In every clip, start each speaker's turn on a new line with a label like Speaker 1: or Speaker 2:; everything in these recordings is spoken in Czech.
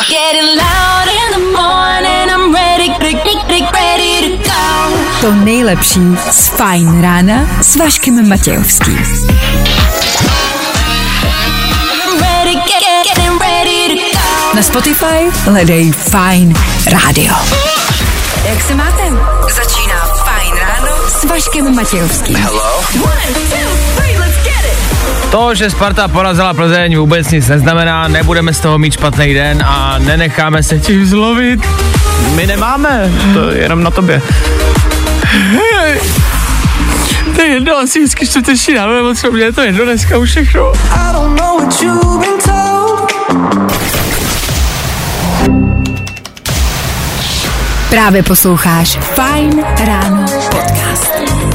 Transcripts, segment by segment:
Speaker 1: To nejlepší z Fajn rána s Vaškem Matějovským. Na Spotify hledej Fajn rádio. Jak se máte? Začíná Fajn ráno s Vaškem Matějovským.
Speaker 2: Hello?
Speaker 1: 1, 2, 3, let's get it.
Speaker 3: To, že Sparta porazila Plzeň, vůbec nic neznamená, nebudeme z toho mít špatný den a nenecháme se tím zlovit.
Speaker 2: My nemáme, to je jenom na tobě.
Speaker 3: Hej, to je jedno, asi vždycky čtvrteční ráno, nebo co mě, to je jedno dneska už všechno.
Speaker 1: Právě posloucháš Fajn ráno podcast.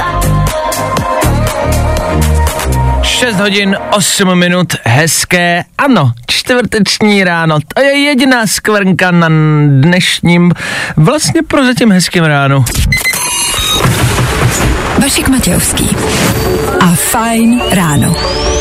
Speaker 3: 6 hodin 8 minut, hezké, ano, čtvrteční ráno, to je jediná skvrnka na dnešním, vlastně prozatím hezkým ránu.
Speaker 1: Vašek Matějovský a Fajn ráno.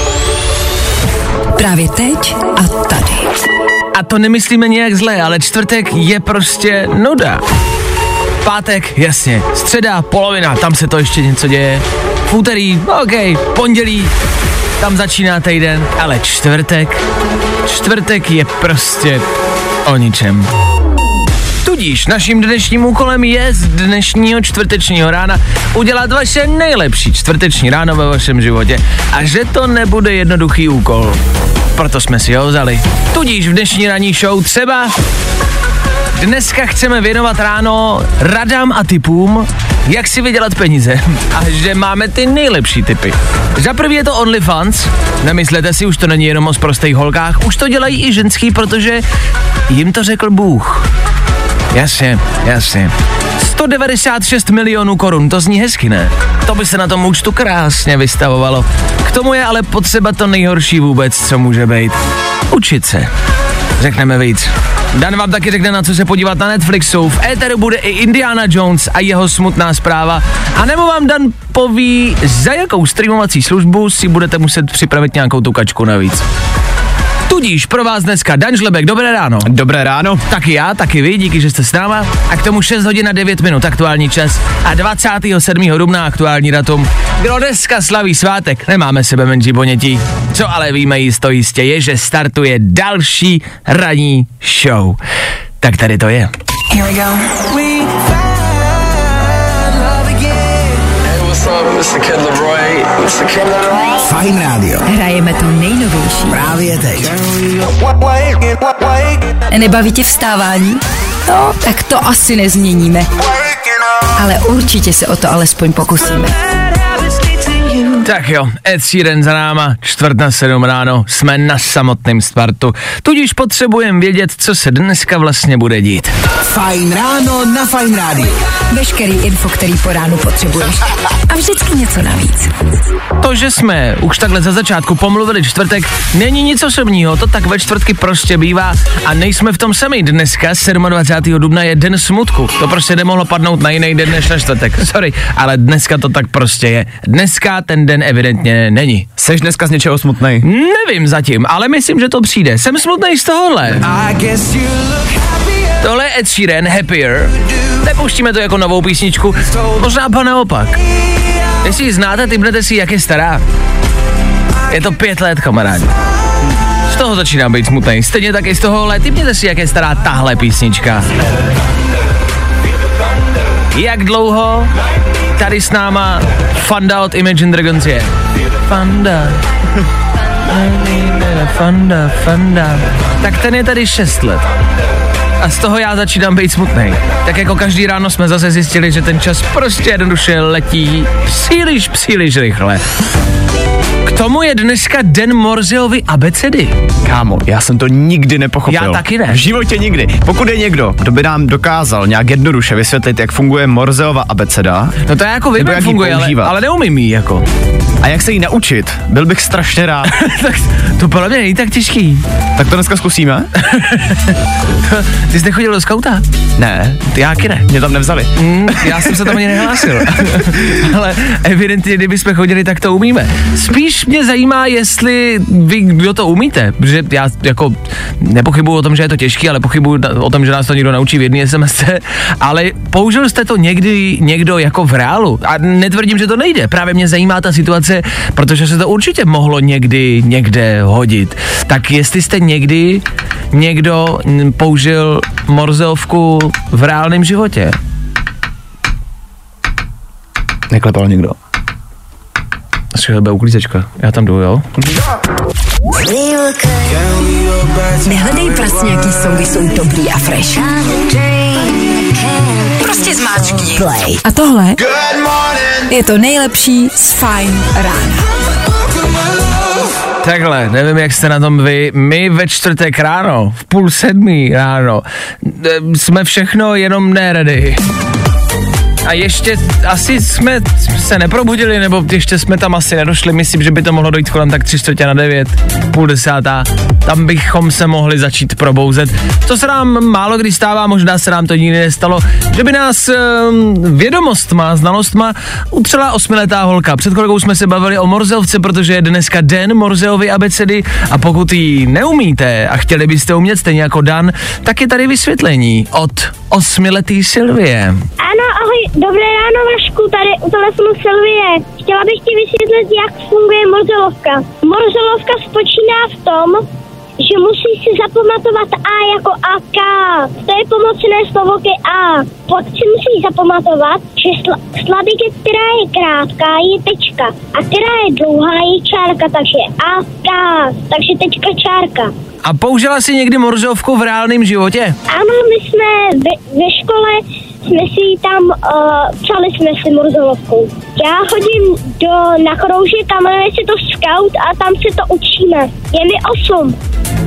Speaker 1: Právě teď a tady.
Speaker 3: A to nemyslíme nějak zle, ale čtvrtek je prostě nuda. Pátek, jasně, středa, polovina, tam se to ještě něco děje. V úterý, ok, pondělí, tam začíná týden, ale čtvrtek je prostě o ničem. Tudíž naším dnešním úkolem je z dnešního čtvrtečního rána udělat vaše nejlepší čtvrteční ráno ve vašem životě. A že to nebude jednoduchý úkol, proto jsme si ho vzali. Tudíž v dnešní ranní show třeba dneska chceme věnovat ráno radám a tipům, jak si vydělat peníze. A že máme ty nejlepší tipy. Za prvý je to OnlyFans. Nemyslete si, už to není jenom o sprostých holkách, už to dělají i ženský, protože jim to řekl Bůh. Jasně. 196 milionů korun, to zní hezky, ne? To by se na tom účtu krásně vystavovalo. K tomu je ale potřeba to nejhorší vůbec, co může být. Učit se. Řekneme víc. Dan vám taky řekne, na co se podívat na Netflixu. V éteru bude i Indiana Jones a jeho smutná zpráva. A nebo vám Dan poví, za jakou streamovací službu si budete muset připravit nějakou tu kačku navíc. Tudíž pro vás dneska Dan Žlebek, dobré ráno.
Speaker 2: Dobré ráno.
Speaker 3: Taky já, taky vy, díky, že jste s náma. A k tomu 6 hodin a 9 minut aktuální čas. A 27. dubna aktuální datum. Kdo dneska slaví svátek, nemáme sebe menší ponětí. Co ale víme jistě je, že startuje další ranní show. Tak tady to je.
Speaker 1: Here we go.
Speaker 4: Fajn rádio.
Speaker 1: Hrajeme to nejnovější.
Speaker 4: Právě teď.
Speaker 1: Nebaví tě vstávání? No, tak to asi nezměníme. Ale určitě se o to alespoň pokusíme.
Speaker 3: Tak jo, Ed Sheeran za náma, 6:45 ráno, jsme na samotném startu, tudíž potřebujeme vědět, co se dneska vlastně bude dít.
Speaker 4: Fajn ráno na Fajn rádiu.
Speaker 1: Veškerý info, který po ránu potřebuješ. A vždycky něco navíc.
Speaker 3: To, že jsme už takhle za začátku pomluvili čtvrtek, není nic osobního, to tak ve čtvrtky prostě bývá a nejsme v tom sami. Dneska, 27. dubna, je den smutku. To prostě nemohlo padnout na jiný den než na čtvrtek. Sorry, ale dneska to tak prostě je. Dneska ten den evidentně není.
Speaker 2: Seš dneska z něčeho smutnej?
Speaker 3: Nevím zatím, ale myslím, že to přijde. Jsem smutnej z tohohle. Tohle je Ed Sheeran, Happier. Nepouštíme to jako novou písničku, možná pa naopak. Jestli ji znáte, typnete si, jak je stará. Je to 5 let, kamarádi. Z toho začínám být smutnej. Stejně tak i z tohohle, typněte si, jak je stará tahle písnička. Jak dlouho tady s náma Fanda od Imagine Dragons je? Fanda. Tak ten je tady 6 let. A z toho já začínám být smutnej. Tak jako každý ráno jsme zase zjistili, že ten čas prostě jednoduše letí příliš rychle. K tomu je dneska den Morseovy abecedy.
Speaker 2: Kámo, já jsem to nikdy nepochopil.
Speaker 3: Já taky ne.
Speaker 2: V životě nikdy. Pokud je někdo, kdo by nám dokázal nějak jednoduše vysvětlit, jak funguje Morseova abeceda.
Speaker 3: No to jako vím, jak funguje, ale neumím jí jako.
Speaker 2: A jak se jí naučit, byl bych strašně rád.
Speaker 3: Tak to podle mě není tak těžký.
Speaker 2: Tak to dneska zkusíme?
Speaker 3: Ty jsi nechodil do skauta?
Speaker 2: Ne.
Speaker 3: Já taky ne.
Speaker 2: Mě tam nevzali.
Speaker 3: Já jsem se tam ani nehlásil. Ale evidentně, kdybychom chodili, tak to umíme. Spíš Spíš mě zajímá, jestli vy, kdo to umíte, že já jako nepochybuju o tom, že je to těžký, ale pochybuju o tom, že nás to někdo naučí v jedné SMS, ale použil jste to někdy někdo jako v reálu? A netvrdím, že to nejde, právě mě zajímá ta situace, protože se to určitě mohlo někdy někde hodit. Tak jestli jste někdy někdo použil morzeovku v reálném životě?
Speaker 2: Neklepal někdo.
Speaker 3: Třeba uklízečka, já tam jdu, jo?
Speaker 1: Nehledej pracňáký songy, jsou dobrý a fresh. Prostě zmáčkni play. A tohle je to nejlepší z Fajn rána.
Speaker 3: Takhle, nevím, jak jste na tom vy, my ve čtvrtek ráno, v 6:30 ráno, jsme všechno jenom neready. A ještě asi jsme se neprobudili, nebo ještě jsme tam asi nedošli, myslím, že by to mohlo dojít kolem tak 8:45, 9:30, tam bychom se mohli začít probouzet. To se nám málo kdy stává, možná se nám to nikdy nestalo, že by nás vědomostma, znalostma utřela 8letá holka. Před chvilkou jsme se bavili o morzeovce, protože je dneska den morzeovy abecedy a pokud ji neumíte a chtěli byste umět stejně jako Dan, tak je tady vysvětlení od 8letý Sylvie.
Speaker 5: Ano, ahoj, dobré ráno Vašku, tady u telefonu Sylvie. Chtěla bych ti vysvětlit, jak funguje morzelovka. Morzelovka spočíná v tom, že musíš si zapamatovat A jako AK. To je pomocné slovo ke A. Pak si musíš zapamatovat, že slabiky, která je krátká, je tečka. A která je dlouhá, je čárka, takže AK. Takže tečka, čárka.
Speaker 3: A použila jsi někdy morzeovku v reálném životě?
Speaker 5: Ano, my jsme ve škole, jsme si tam, psali jsme si morzelovkou. Já chodím na kroužek a jmenuje se to Scout a tam se to učíme. Je mi 8.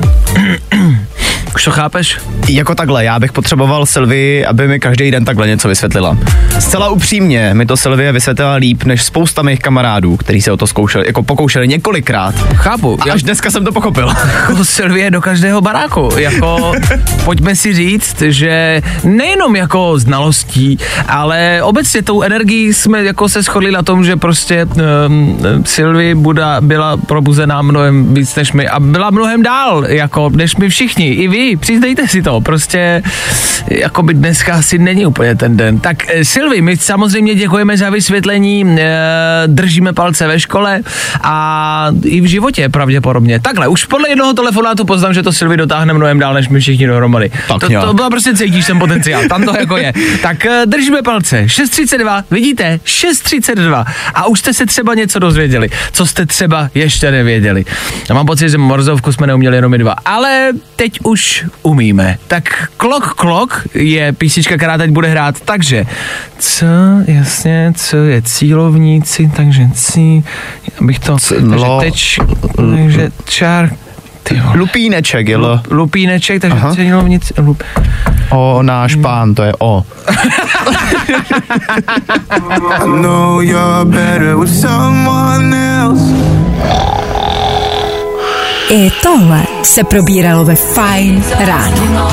Speaker 3: Už to chápeš?
Speaker 2: Jako takhle, já bych potřeboval Sylvii, aby mi každý den takhle něco vysvětlila. Zcela upřímně mi to Sylvie vysvětlila líp než spousta mých kamarádů, kteří se o to zkoušeli, jako pokoušeli několikrát.
Speaker 3: Chápu.
Speaker 2: A až dneska jsem to pochopil.
Speaker 3: Jako Sylvie do každého baráku. Jako, pojďme si říct, že nejenom jako znalostí, ale obecně tou energií jsme jako se shodli na tom, že prostě Sylvie byla probuzená mnohem víc než my a byla mnohem dál, jako než my všichni. I vy, přiznejte si to, prostě jako by dneska asi není úplně ten den. Tak Sylvie, my samozřejmě děkujeme za vysvětlení, držíme palce ve škole a i v životě pravděpodobně. Takhle, už podle jednoho telefonátu poznám, že to Sylvie dotáhne mnohem dál, než my všichni dohromady. To bylo prostě cítíš ten potenciál, tam to jako je. Tak držíme palce, 6:32, vidíte, 6:32 a už jste se třeba něco dozvěděli, co jste třeba ještě nevěděli. Já mám pocit, že morzovku jsme neuměli jenom my dva, ale teď už umíme. Tak Klok je písnička, která teď bude hrát, takže co je cílovníci, takže abych to, takže čár,
Speaker 2: Lupíneček, jelo.
Speaker 3: Lupíneček, takže cílovníci,
Speaker 2: O, náš pán, to je O.
Speaker 1: I tohle se probíralo ve Fajn ráno.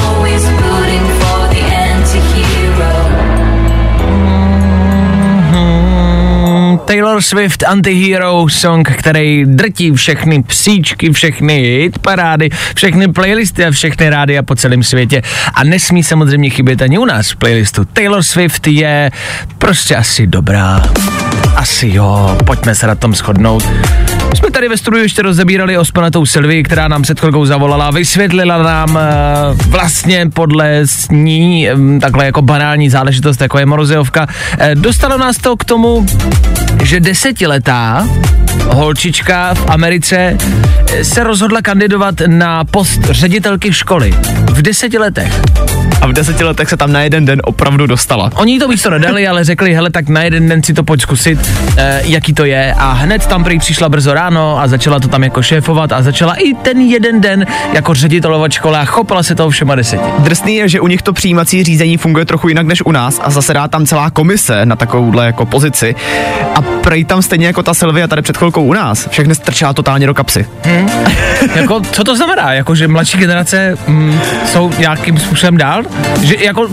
Speaker 3: Taylor Swift Antihero song, který drtí všechny psíčky, všechny hitparády, všechny playlisty a všechny rádia po celém světě. A nesmí samozřejmě chybět ani u nás v playlistu. Taylor Swift je prostě asi dobrá. Asi jo, pojďme se na tom shodnout. My jsme tady ve studiu ještě rozebírali osmanatou Sylvii, která nám před chvilkou zavolala, vysvětlila nám vlastně podle ní takhle jako banální záležitost, jako je morzeovka. Dostalo nás to k tomu, že 10letá holčička v Americe se rozhodla kandidovat na post ředitelky školy. V 10 letech.
Speaker 2: A v 10 letech se tam na jeden den opravdu dostala.
Speaker 3: Oni to místo nedali, ale řekli, hele, tak na jeden den si to pojď zkusit, jaký to je. A hned tam prý přišla brzo ráno a začala to tam jako šéfovat a začala i ten jeden den jako ředitelovat škola a chopila se toho všema 10.
Speaker 2: Drsný je, že u nich to přijímací řízení funguje trochu jinak než u nás a zasedá tam celá komise na takovouhle jako pozici a prej tam stejně jako ta Sylvia tady před chvilkou u nás. Všechny strčila totálně do kapsy.
Speaker 3: Jako, co to znamená? Jako, že mladší generace jsou nějakým způsobem dál? Že jako...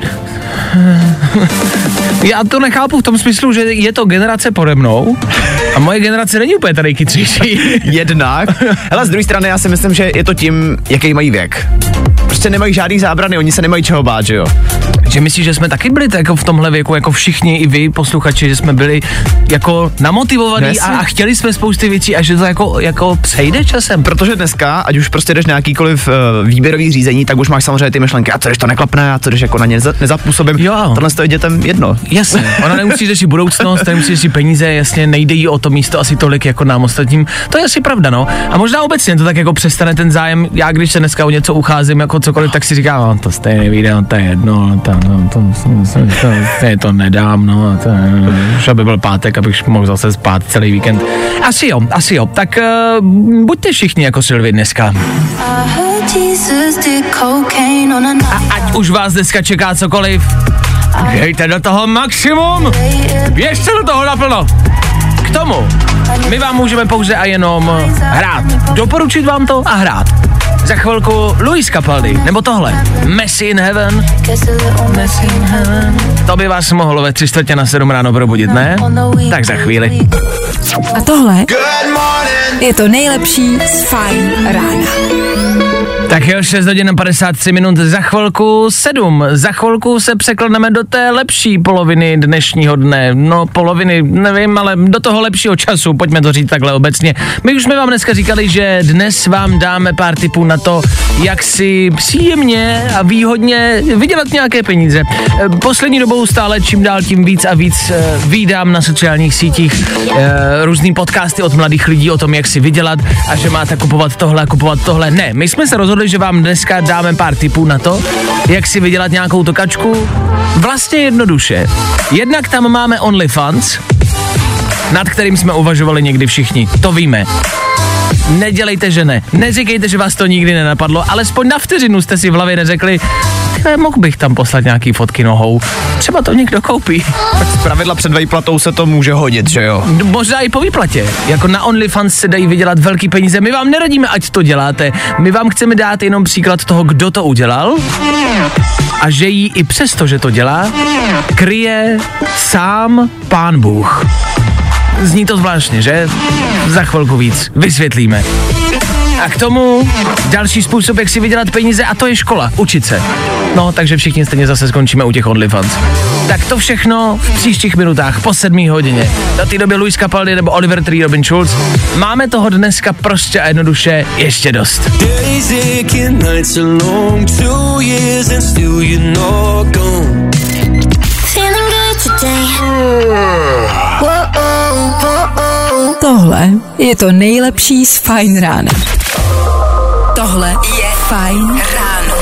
Speaker 3: Já to nechápu v tom smyslu, že je to generace pode mnou a A moje generace není úplně tady chytřejší.
Speaker 2: Jednak. Hele, z druhé strany já si myslím, že je to tím, jaký mají věk. Prostě nemají žádný zábrany, oni se nemají čeho bát, že jo?
Speaker 3: Že myslíš, že jsme taky byli jako v tomhle věku, jako všichni, i vy, posluchači, že jsme byli jako namotivovaní a chtěli jsme spousty věcí a že to jako přejde časem?
Speaker 2: Protože dneska, ať už prostě jdeš na jakýkoliv výběrový řízení, tak už máš samozřejmě ty myšlenky, a co když to neklapne, a co když jako na ně nezapůsobím.
Speaker 3: Jo.
Speaker 2: Tohle je dětem jedno.
Speaker 3: Jasně, ona nemusí řešit budoucnost, nemusí řešit peníze, jasně, nejde jí o to místo asi tolik jako nám ostatním. To je asi pravda, no. A možná obecně to tak jako přestane ten zájem. Já když se dneska o něco ucházím, jako cokoliv, tak si říkám, no, to stejně vyjde, to je jedno, to nedám, no, už aby byl pátek, abych mohl zase spát celý víkend. Asi jo, tak buďte všichni jako Sylvie dneska. A ať už vás dneska čeká cokoliv, dejte do toho maximum, běžte do toho naplno. K tomu my vám můžeme pouze a jenom hrát. Doporučit vám to a hrát. Za chvilku Luis Capaldi, nebo tohle, Messi in Heaven. To by vás mohlo ve 6:45 ráno probudit, ne? Tak za chvíli.
Speaker 1: A tohle je to nejlepší z Fajn rána.
Speaker 3: Tak jo, 6 hodin a 53 minut, za chvilku 7. Za chvilku se překleneme do té lepší poloviny dnešního dne. No poloviny, nevím, ale do toho lepšího času, pojďme to říct takhle obecně. My už jsme vám dneska říkali, že dnes vám dáme pár tipů na to, jak si příjemně a výhodně vydělat nějaké peníze. Poslední dobou stále čím dál tím víc a víc vídám na sociálních sítích různý podcasty od mladých lidí o tom, jak si vydělat a že máte kupovat tohle. Ne, my jsme se rozhodli, že vám dneska dáme pár tipů na to, jak si vydělat nějakou tokačku. Vlastně jednoduše. Jednak tam máme OnlyFans, nad kterým jsme uvažovali někdy všichni. To víme. Nedělejte, že ne. Neříkejte, že vás to nikdy nenapadlo, alespoň na vteřinu jste si v hlavě neřekli, mohl bych tam poslat nějaký fotky nohou. Třeba to někdo koupí.
Speaker 2: Tak z pravidla před výplatou se to může hodit, že jo?
Speaker 3: Možná i po výplatě. Jako na OnlyFans se dají vydělat velký peníze. My vám neradíme, ať to děláte. My vám chceme dát jenom příklad toho, kdo to udělal a že jí i přesto, že to dělá, kryje sám Pán Bůh. Zní to zvláštně, že? Za chvilku víc vysvětlíme. A k tomu další způsob, jak si vydělat peníze, a to je škola, učit se. No, takže všichni stejně zase skončíme u těch OnlyFans. Tak to všechno v příštích minutách po 7 hodině. Do té doby Luis Capaldi nebo Oliver Tree, Robin Schulz. Máme toho dneska prostě a jednoduše ještě dost.
Speaker 1: Tohle je to nejlepší z Fajn rána. Tohle je Fajn ráno.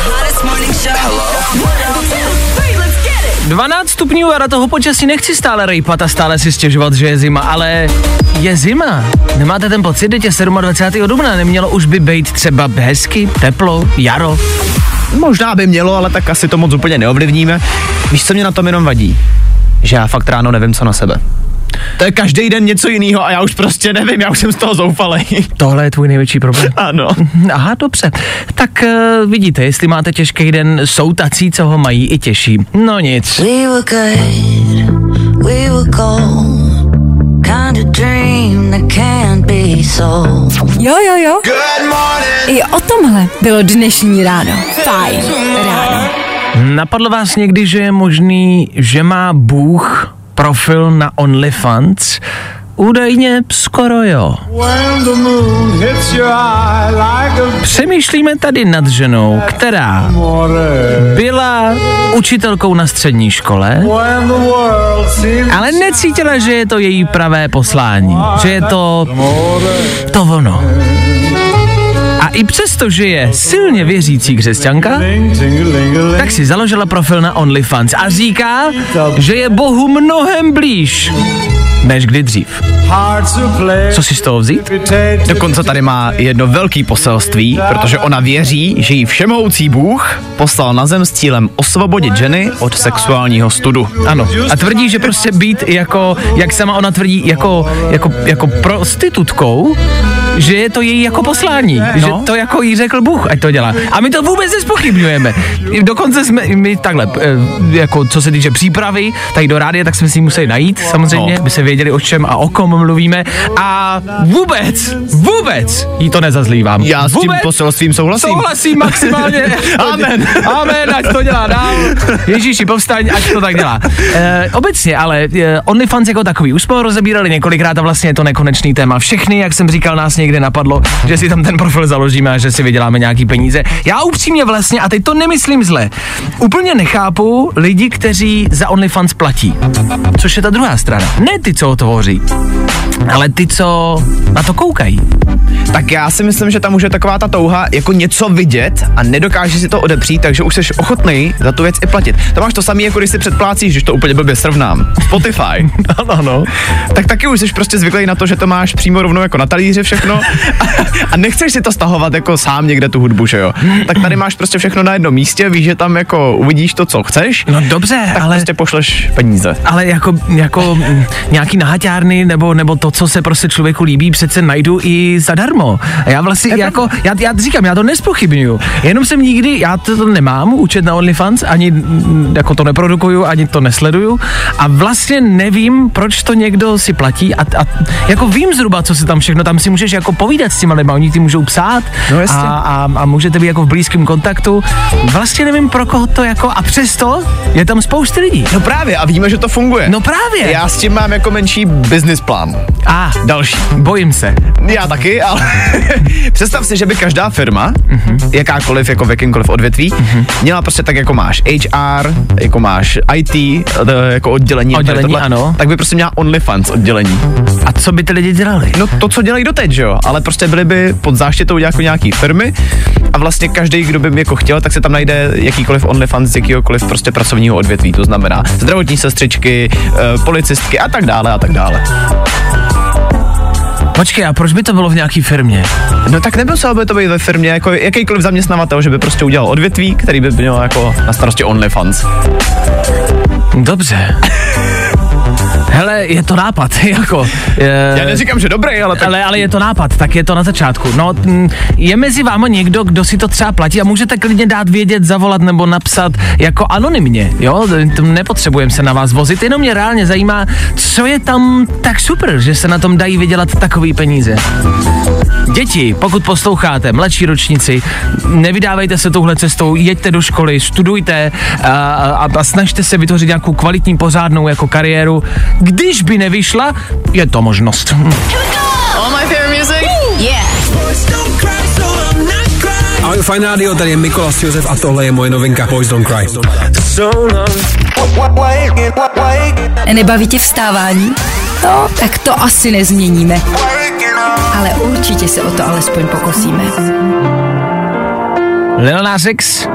Speaker 3: 12 stupňů a na toho počasí nechci stále rejpat a stále si stěžovat, že je zima, ale je zima. Nemáte ten pocit, že 27. dubna nemělo už by být třeba hezky, teplo, jaro?
Speaker 2: Možná by mělo, ale tak asi to moc úplně neovlivníme. Víš, co mě na tom jenom vadí? Že já fakt ráno nevím, co na sebe. To je každý den něco jiného a já už prostě nevím, já už jsem z toho zoufalej.
Speaker 3: Tohle je tvůj největší problém.
Speaker 2: Ano.
Speaker 3: Aha, dobře. Tak vidíte, jestli máte těžký den, jsou tací, co ho mají i těžší. No nic.
Speaker 1: Jo. I o tomhle bylo dnešní ráno. Fajn ráno.
Speaker 3: Napadlo vás někdy, že je možný, že má Bůh profil na OnlyFans? Údajně skoro jo. Přemýšlíme tady nad ženou, která byla učitelkou na střední škole, ale necítila, že je to její pravé poslání, že je to ono. A i přesto, že je silně věřící křesťanka, tak si založila profil na OnlyFans a říká, že je Bohu mnohem blíž než kdy dřív. Co si z toho vzít?
Speaker 2: Dokonce tady má jedno velký poselství, protože ona věří, že jí všemohoucí Bůh poslal na zem s cílem osvobodit ženy od sexuálního studu.
Speaker 3: Ano. A tvrdí, že prostě být jako, jak sama ona tvrdí, jako prostitutkou, že je to její jako poslání, že to jako jí řekl Bůh, ať to dělá. A my to vůbec nespochybňujeme. Dokonce jsme my takhle, jako co se týče přípravy, tady do rádia, tak jsme si museli najít, samozřejmě, by se věděli, o čem a o kom mluvíme. A vůbec jí to nezazlívám.
Speaker 2: Já s tím poselstvím souhlasím.
Speaker 3: Souhlasím maximálně. Amen, ať to dělá dál. Ježíši, povstaň, ať to tak dělá. Obecně, ale OnlyFans jako takový, už jsme ho rozebírali několikrát a vlastně je to nekonečný téma. Všechny, jak jsem říkal, nás někde napadlo, že si tam ten profil založíme a že si vyděláme nějaký peníze. Já upřímně vlastně, a teď to nemyslím zle, úplně nechápu lidi, kteří za OnlyFans platí. Což je ta druhá strana. Ne ty, co ho tvoří, ale ty, co na to koukají.
Speaker 2: Tak já si myslím, že tam už je taková ta touha jako něco vidět a nedokáže si to odepřít, takže už jsi ochotný za tu věc i platit. To máš to samé, jako když si předplácíš, když to úplně blbě srovnám. Spotify. Ano. Tak taky už jsi prostě zvyklý na to, že to máš přímo rovnou jako na talíři všechno a nechceš si to stahovat jako sám někde tu hudbu, že jo. Tak tady máš prostě všechno na jednom místě, víš, že tam jako uvidíš to, co chceš.
Speaker 3: No dobře,
Speaker 2: tak
Speaker 3: ale
Speaker 2: prostě pošleš peníze.
Speaker 3: Ale jako nějaký nahaťárny nebo to, co se prostě člověku líbí, přece najdu i zadarmo. A já vlastně já říkám, já to nespochybnuju. Jenom jsem nikdy, já to nemám účet na OnlyFans, ani jako to neprodukuju, ani to nesleduju a vlastně nevím, proč to někdo si platí a jako vím zhruba, co se tam všechno, tam si můžeš jako povídat s těma lidma, oni ti můžou psát a můžete být jako v blízkém kontaktu. Vlastně nevím, pro koho to jako a přesto je tam spousty lidí.
Speaker 2: No právě a víme, že to funguje.
Speaker 3: No právě.
Speaker 2: Já s tím mám jako menší business plán.
Speaker 3: Další. Bojím se.
Speaker 2: Já taky, ale představ si, že by každá firma, jakákoliv, jako v jakýmkoliv odvětví, měla prostě tak, jako máš HR, jako máš IT, jako oddělení tohle,
Speaker 3: ano.
Speaker 2: Tak by prostě měla OnlyFans oddělení.
Speaker 3: A co by ty lidi dělali?
Speaker 2: No to, co dělají doteď, že jo, ale prostě byli by pod záštitou jako nějaký firmy a vlastně každý, kdo by jako chtěl, tak se tam najde jakýkoliv OnlyFans z jakýhokoliv prostě pracovního odvětví, to znamená zdravotní sestřičky, policistky a tak dále a tak dále.
Speaker 3: Počkej, a proč by to bylo v nějaký firmě?
Speaker 2: No tak nemuselo by to být ve firmě, jako jakýkoliv zaměstnavatel, že by prostě udělal odvětví, který by měl jako na starosti OnlyFans.
Speaker 3: Dobře. Hele, je to nápad, jako.
Speaker 2: Já neříkám, že dobrý, ale tak...
Speaker 3: Ale je to nápad, tak je to na začátku. No, je mezi váma někdo, kdo si to třeba platí a můžete klidně dát vědět, zavolat nebo napsat jako anonymně, jo? Nepotřebujeme se na vás vozit, jenom mě reálně zajímá, co je tam tak super, že se na tom dají vydělat takový peníze. Děti, pokud posloucháte, mladší ročníci, nevydávejte se touhle cestou, jeďte do školy, studujte a snažte se vytvořit nějakou kvalitní, pořádnou jako kariéru. Když by nevyšla, je to možnost.
Speaker 1: All my favorite music? Yeah.
Speaker 6: Ahoj Fajn rádio, tady je Mikolas Josef a tohle je moje novinka Boys Don't Cry.
Speaker 1: Nebaví tě vstávání? No, tak to asi nezměníme. Ale určitě se o to alespoň pokusíme.
Speaker 3: Lil Nas X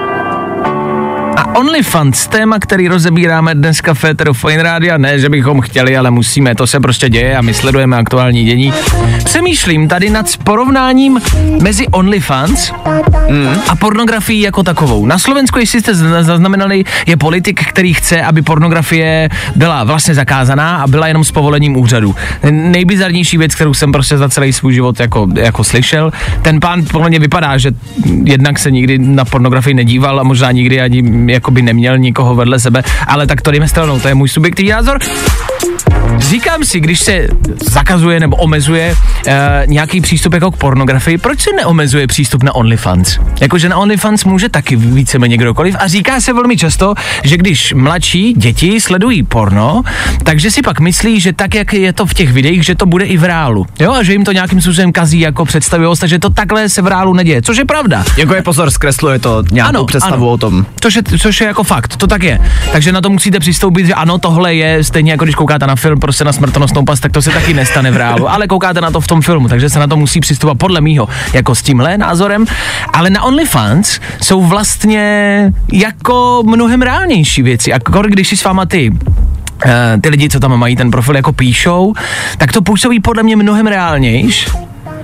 Speaker 3: a OnlyFans, téma, který rozebíráme dneska v Féteru Fajn rádia, ne, že bychom chtěli, ale musíme, to se prostě děje a my sledujeme aktuální dění. Přemýšlím tady nad porovnáním mezi OnlyFans a pornografií jako takovou. Na Slovensku, jestli jste zaznamenali, je politik, který chce, aby pornografie byla vlastně zakázaná a byla jenom s povolením úřadu. Nejbizarnější věc, kterou jsem prostě za celý svůj život jako slyšel. Ten pán podle mě vypadá, že jednak se nikdy na pornografii nedíval a možná nikdy ani jakoby neměl nikoho vedle sebe, ale tak to jdeme stranou, to je můj subjektivní názor. Říkám si, když se zakazuje nebo omezuje nějaký přístup jako k pornografii, proč se neomezuje přístup na OnlyFans? Jakože na OnlyFans může taky víceméně kdokoliv a říká se velmi často, že když mladší děti sledují porno, takže si pak myslí, že tak, jak je to v těch videích, že to bude i v reálu. Jo, a že jim to nějakým způsobem kazí jako představivost, takže to takhle se v reálu neděje, což je pravda.
Speaker 2: Jako je pozor, zkresluje to nějakou představu o tom.
Speaker 3: Což je jako fakt, to tak je. Takže na to musíte přistoupit, že ano, tohle je stejně jako když koukáte na film prostě na smrtonosnou past, tak to se taky nestane v reálu, ale koukáte na to v tom filmu, takže se na to musí přistupovat podle mýho jako s tímhle názorem, ale na OnlyFans jsou vlastně jako mnohem reálnější věci a když si s váma ty lidi, co tam mají ten profil, jako píšou, tak to působí podle mě mnohem reálnější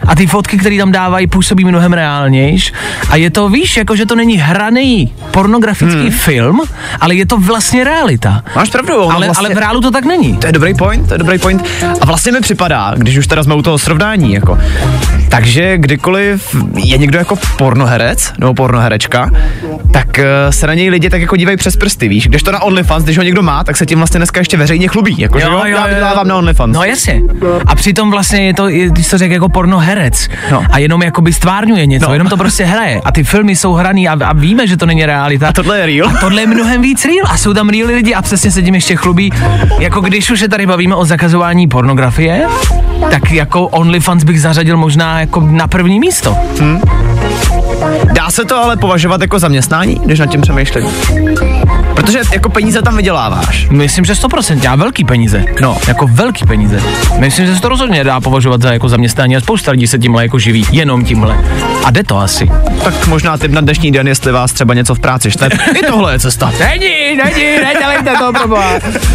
Speaker 3: a ty fotky, které tam dávají, působí mnohem reálnější a je to, víš, jako že to není hraný pornografický film, ale je to vlastně realita.
Speaker 2: Máš pravdu,
Speaker 3: ale v reálu to tak není.
Speaker 2: To je dobrý point. A vlastně mi připadá, když už teda jsme u toho srovnání, jako, takže kdykoliv je někdo jako pornoherec nebo pornoherečka, tak se na něj lidi tak jako dívají přes prsty, víš, když to na OnlyFans, když ho někdo má, tak se tím vlastně dneska ještě veřejně chlubí, jako, jo, já vydávám na OnlyFans.
Speaker 3: No jasně. A přitom vlastně je to, když to řekl jako pornoherec a jenom jakoby stvárňuje něco, jenom to prostě hraje a ty filmy jsou hraný a víme, že to není realita.
Speaker 2: A tohle je real?
Speaker 3: A tohle je mnohem víc real a jsou tam real lidi a přesně se tím ještě chlubí. Jako když už se tady bavíme o zakazování pornografie, tak jako OnlyFans bych zařadil možná jako na první místo.
Speaker 2: Dá se to ale považovat jako zaměstnání, když nad tím přemýšlím? Protože jako peníze tam vyděláváš.
Speaker 3: Myslím, že 100%, a velký peníze. No, jako velký peníze. Myslím, že se to rozhodně dá považovat za jako zaměstnání a spousta lidí se tímhle jako živí, jenom tímhle. A jde to asi.
Speaker 2: Tak možná tip na dnešní den, jestli vás třeba něco v práci štve. I tohle je cesta.
Speaker 3: Nedělejte to, proboha.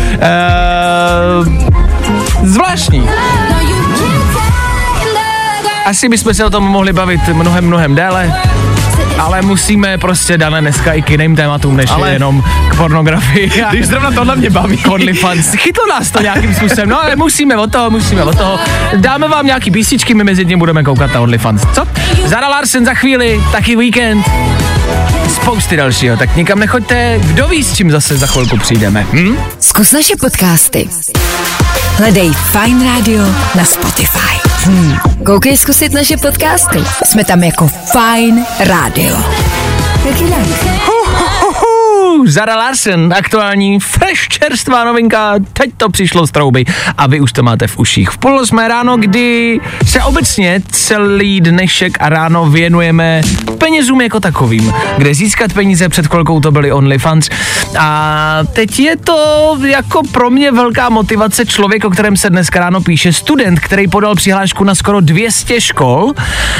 Speaker 3: Zvláštní. Asi bychom se o tom mohli bavit mnohem déle, ale musíme prostě dále dneska i k jiným tématům, než je jenom k pornografii.
Speaker 2: Když zrovna tohle mě baví.
Speaker 3: OnlyFans. Chytlo nás to nějakým způsobem, no ale musíme od toho. Dáme vám nějaký písničky, my mezi tím budeme koukat na OnlyFans. Co? Zara Larsson za chvíli, taky Weekend. Spousty dalšího, tak nikam nechoďte, kdo ví, s čím zase za chvilku přijdeme.
Speaker 1: Zkus naše podcasty. Hledej Fajn Radio na Spotify. Koukej zkusit naše podcasty. Jsme tam jako Fajn Radio. Jak jinak?
Speaker 3: Zara Larsson, aktuální fresh čerstvá novinka, teď to přišlo z trouby a vy už to máte v uších. V 7:30 ráno, kdy se obecně celý dnešek a ráno věnujeme penězům jako takovým, kde získat peníze, před chvilkou to byly OnlyFans a teď je to jako pro mě velká motivace, člověk, o kterém se dneska ráno píše, student, který podal přihlášku na skoro 200 škol.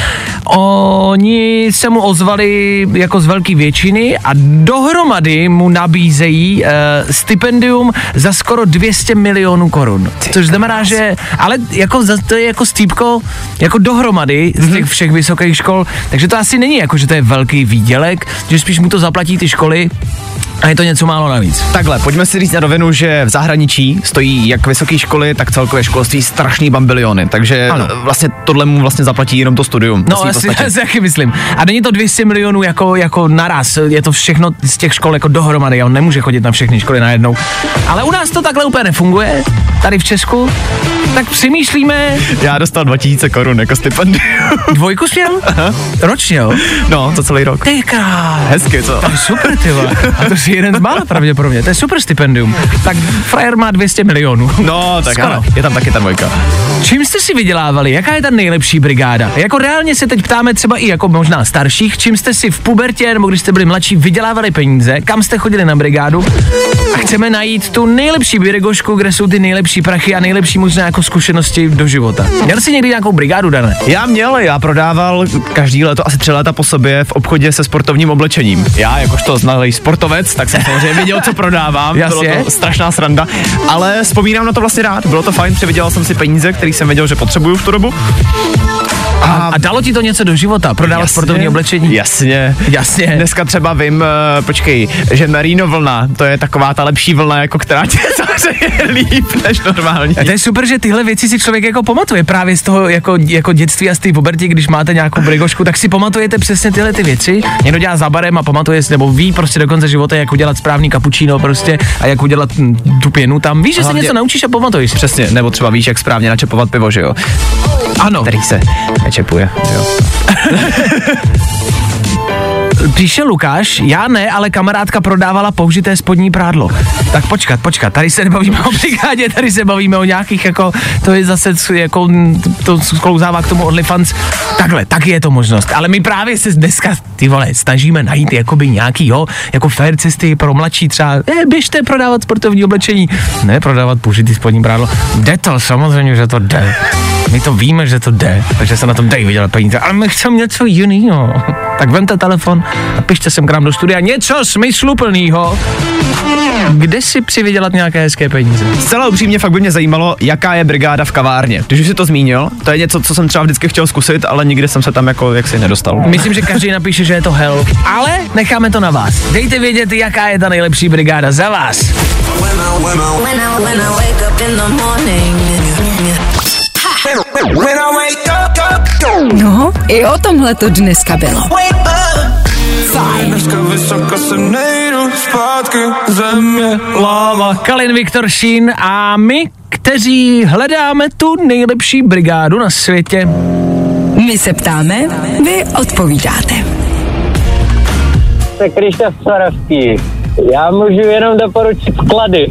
Speaker 3: Oni se mu ozvali jako z velké většiny a dohromady mu nabízejí stipendium za skoro 200 milionů korun. Což znamená, že, ale jako to je jako stýpko, jako dohromady z těch všech vysokých škol, takže to asi není jako, že to je velký výdělek, že spíš mu to zaplatí ty školy a je to něco málo navíc.
Speaker 2: Takhle, pojďme si říct na rovinu, že v zahraničí stojí jak vysoké školy, tak celkové školství strašný bambiliony, takže vlastně tohle mu vlastně zaplatí jenom to studium.
Speaker 3: No, já si taky myslím. A není to 200 milionů jako naraz, je to všechno z těch škol jako dohromady a on nemůže chodit na všechny školy najednou. Ale u nás to takhle úplně nefunguje, tady v Česku, tak přemýšlíme.
Speaker 2: Já dostal 2000 korun jako stipendium.
Speaker 3: 2 směl? Ročně, jo?
Speaker 2: No, to celý rok.
Speaker 3: Ty král.
Speaker 2: Hezky, co?
Speaker 3: To je super, ty vole. A to si jeden z mála pravděpodobně, to je super stipendium. Tak frajer má 200 milionů.
Speaker 2: No, tak ano, je tam taky ta 2.
Speaker 3: Čím jste si vydělávali? Jaká je ta nejlepší brigáda? Jako reálně se teď ptáme třeba i jako možná starších, čím jste si v pubertě nebo když jste byli mladší vydělávali peníze, kam jste chodili na brigádu a chceme najít tu nejlepší brigošku, kde jsou ty nejlepší prachy a nejlepší možná jako zkušenosti do života. Měl jsi někdy nějakou brigádu, Dane?
Speaker 2: Já prodával každý léto asi 3 léta po sobě v obchodě se sportovním oblečením. Já jakožto znalý sportovec, tak jsem samozřejmě věděl, co prodávám. Bylo to strašná sranda, ale vzpomínám na to vlastně rád. Bylo to fajn, přivydělal jsem si peníze, který jsem věděl, že potřebuju v tu dobu.
Speaker 3: A dalo ti to něco do života? Prodávat sportovní oblečení?
Speaker 2: Jasně. Dneska třeba vím, že merino vlna, to je taková ta lepší vlna, jako která tě zahřeje líp než normálně.
Speaker 3: A to je super, že tyhle věci si člověk jako pamatuje právě z toho jako dětství a z té puberty, když máte nějakou brigošku, tak si pamatujete přesně tyhle ty věci. Někdo dělá za barem a pamatuje si, nebo ví prostě do konce života, jak udělat správný kapučíno prostě a jak udělat tu pěnu tam. Víš, že se něco naučíš a pamatuješ si.
Speaker 2: Přesně, nebo třeba víš, jak správně načepovat pivo, že jo?
Speaker 3: Ano.
Speaker 2: Který se nečepuje, jo.
Speaker 3: Píše Lukáš, já ne, ale kamarádka prodávala použité spodní prádlo. Tak počkat, tady se nebavíme o brigádě, tady se bavíme o nějakých jako, to je zase jako, to sklouzává k tomu OnlyFans. Takhle, taky je to možnost, ale my právě se dneska, ty vole, snažíme najít jakoby nějakýho, jako fair cesty pro mladší třeba, běžte prodávat sportovní oblečení, ne prodávat použitý spodní prádlo. Jde to, samozřejmě, že to jde. My to víme, že to jde, takže se na tom dají vydělat peníze, ale my chceme něco jinýho. Tak vemte telefon a pište sem k nám do studia něco smysluplnýho. Kde si přivydělat nějaké hezké peníze?
Speaker 2: Zcela upřímně fakt by mě zajímalo, jaká je brigáda v kavárně. Když už si to zmínil, to je něco, co jsem třeba vždycky chtěl zkusit, ale nikdy jsem se tam jako jaksi nedostal.
Speaker 3: Myslím, že každý napíše, že je to hell, ale necháme to na vás. Dejte vědět, jaká je ta nejlepší brigáda za vás.
Speaker 1: No, i o tomhle to dneska bylo. Fajn.
Speaker 3: Kalin, Viktor Šín a my, kteří hledáme tu nejlepší brigádu na světě.
Speaker 1: My se ptáme, vy odpovídáte.
Speaker 7: Se Krištof Svarovský. Já můžu jenom doporučit sklady.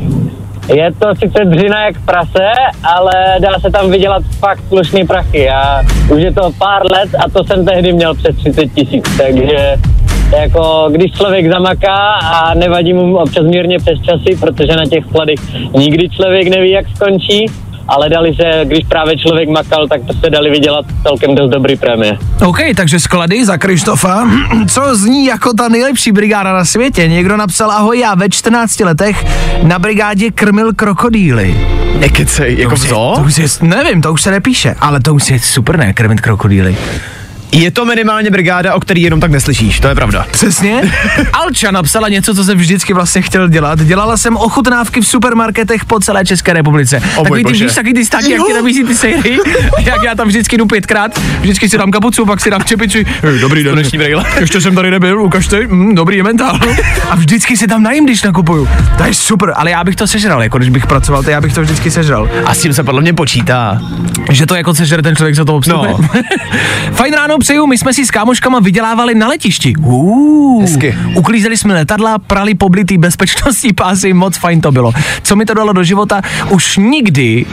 Speaker 7: Je to sice dřina jak prase, ale dá se tam vydělat fakt slušný prachy. A už je to pár let a to jsem tehdy měl přes 30 000, takže jako když člověk zamaká a nevadí mu občas mírně přes časy, protože na těch skladech nikdy člověk neví, jak skončí, ale dali se, když právě člověk makal, tak to se dali vydělat celkem dost dobrý prémie.
Speaker 3: OK, takže sklady za Krištofa. Co zní jako ta nejlepší brigáda na světě? Někdo napsal, ahoj, já ve 14 letech na brigádě krmil krokodýly.
Speaker 2: Nekecej, jako v zoo?
Speaker 3: To už je, nevím, to už se nepíše, ale to už je super, ne, krmit krokodýly.
Speaker 2: Je to minimálně brigáda, o který jenom tak neslyšíš, to je pravda.
Speaker 3: Přesně. Alča napsala něco, co jsem vždycky vlastně chtěl dělat. Dělala jsem ochutnávky v supermarketech po celé České republice. Takový ty, víš, taky ty stáky, jak ti nabízí ty sejry, jak já tam vždycky jdu 5krát, vždycky si dám kapucu, pak si dám čepici. Dobrý den, dnešní brýle. Ještě jsem tady nebyl, ukažte, dobrý je mentál. A vždycky si tam najím, když nakupuju. To je super, ale já bych to sežral, jako když bych pracoval, to já bych to vždycky sežral.
Speaker 2: A s tím se podle mě počítá.
Speaker 3: Že to jako sežere ten člověk, co to obsluhuje. No. Fajn ráno přeju, my jsme si s kámoškama vydělávali na letišti.
Speaker 2: Hezky.
Speaker 3: Uklízeli jsme letadla, prali poblitý bezpečnostní pásy, moc fajn to bylo. Co mi to dalo do života? Už nikdy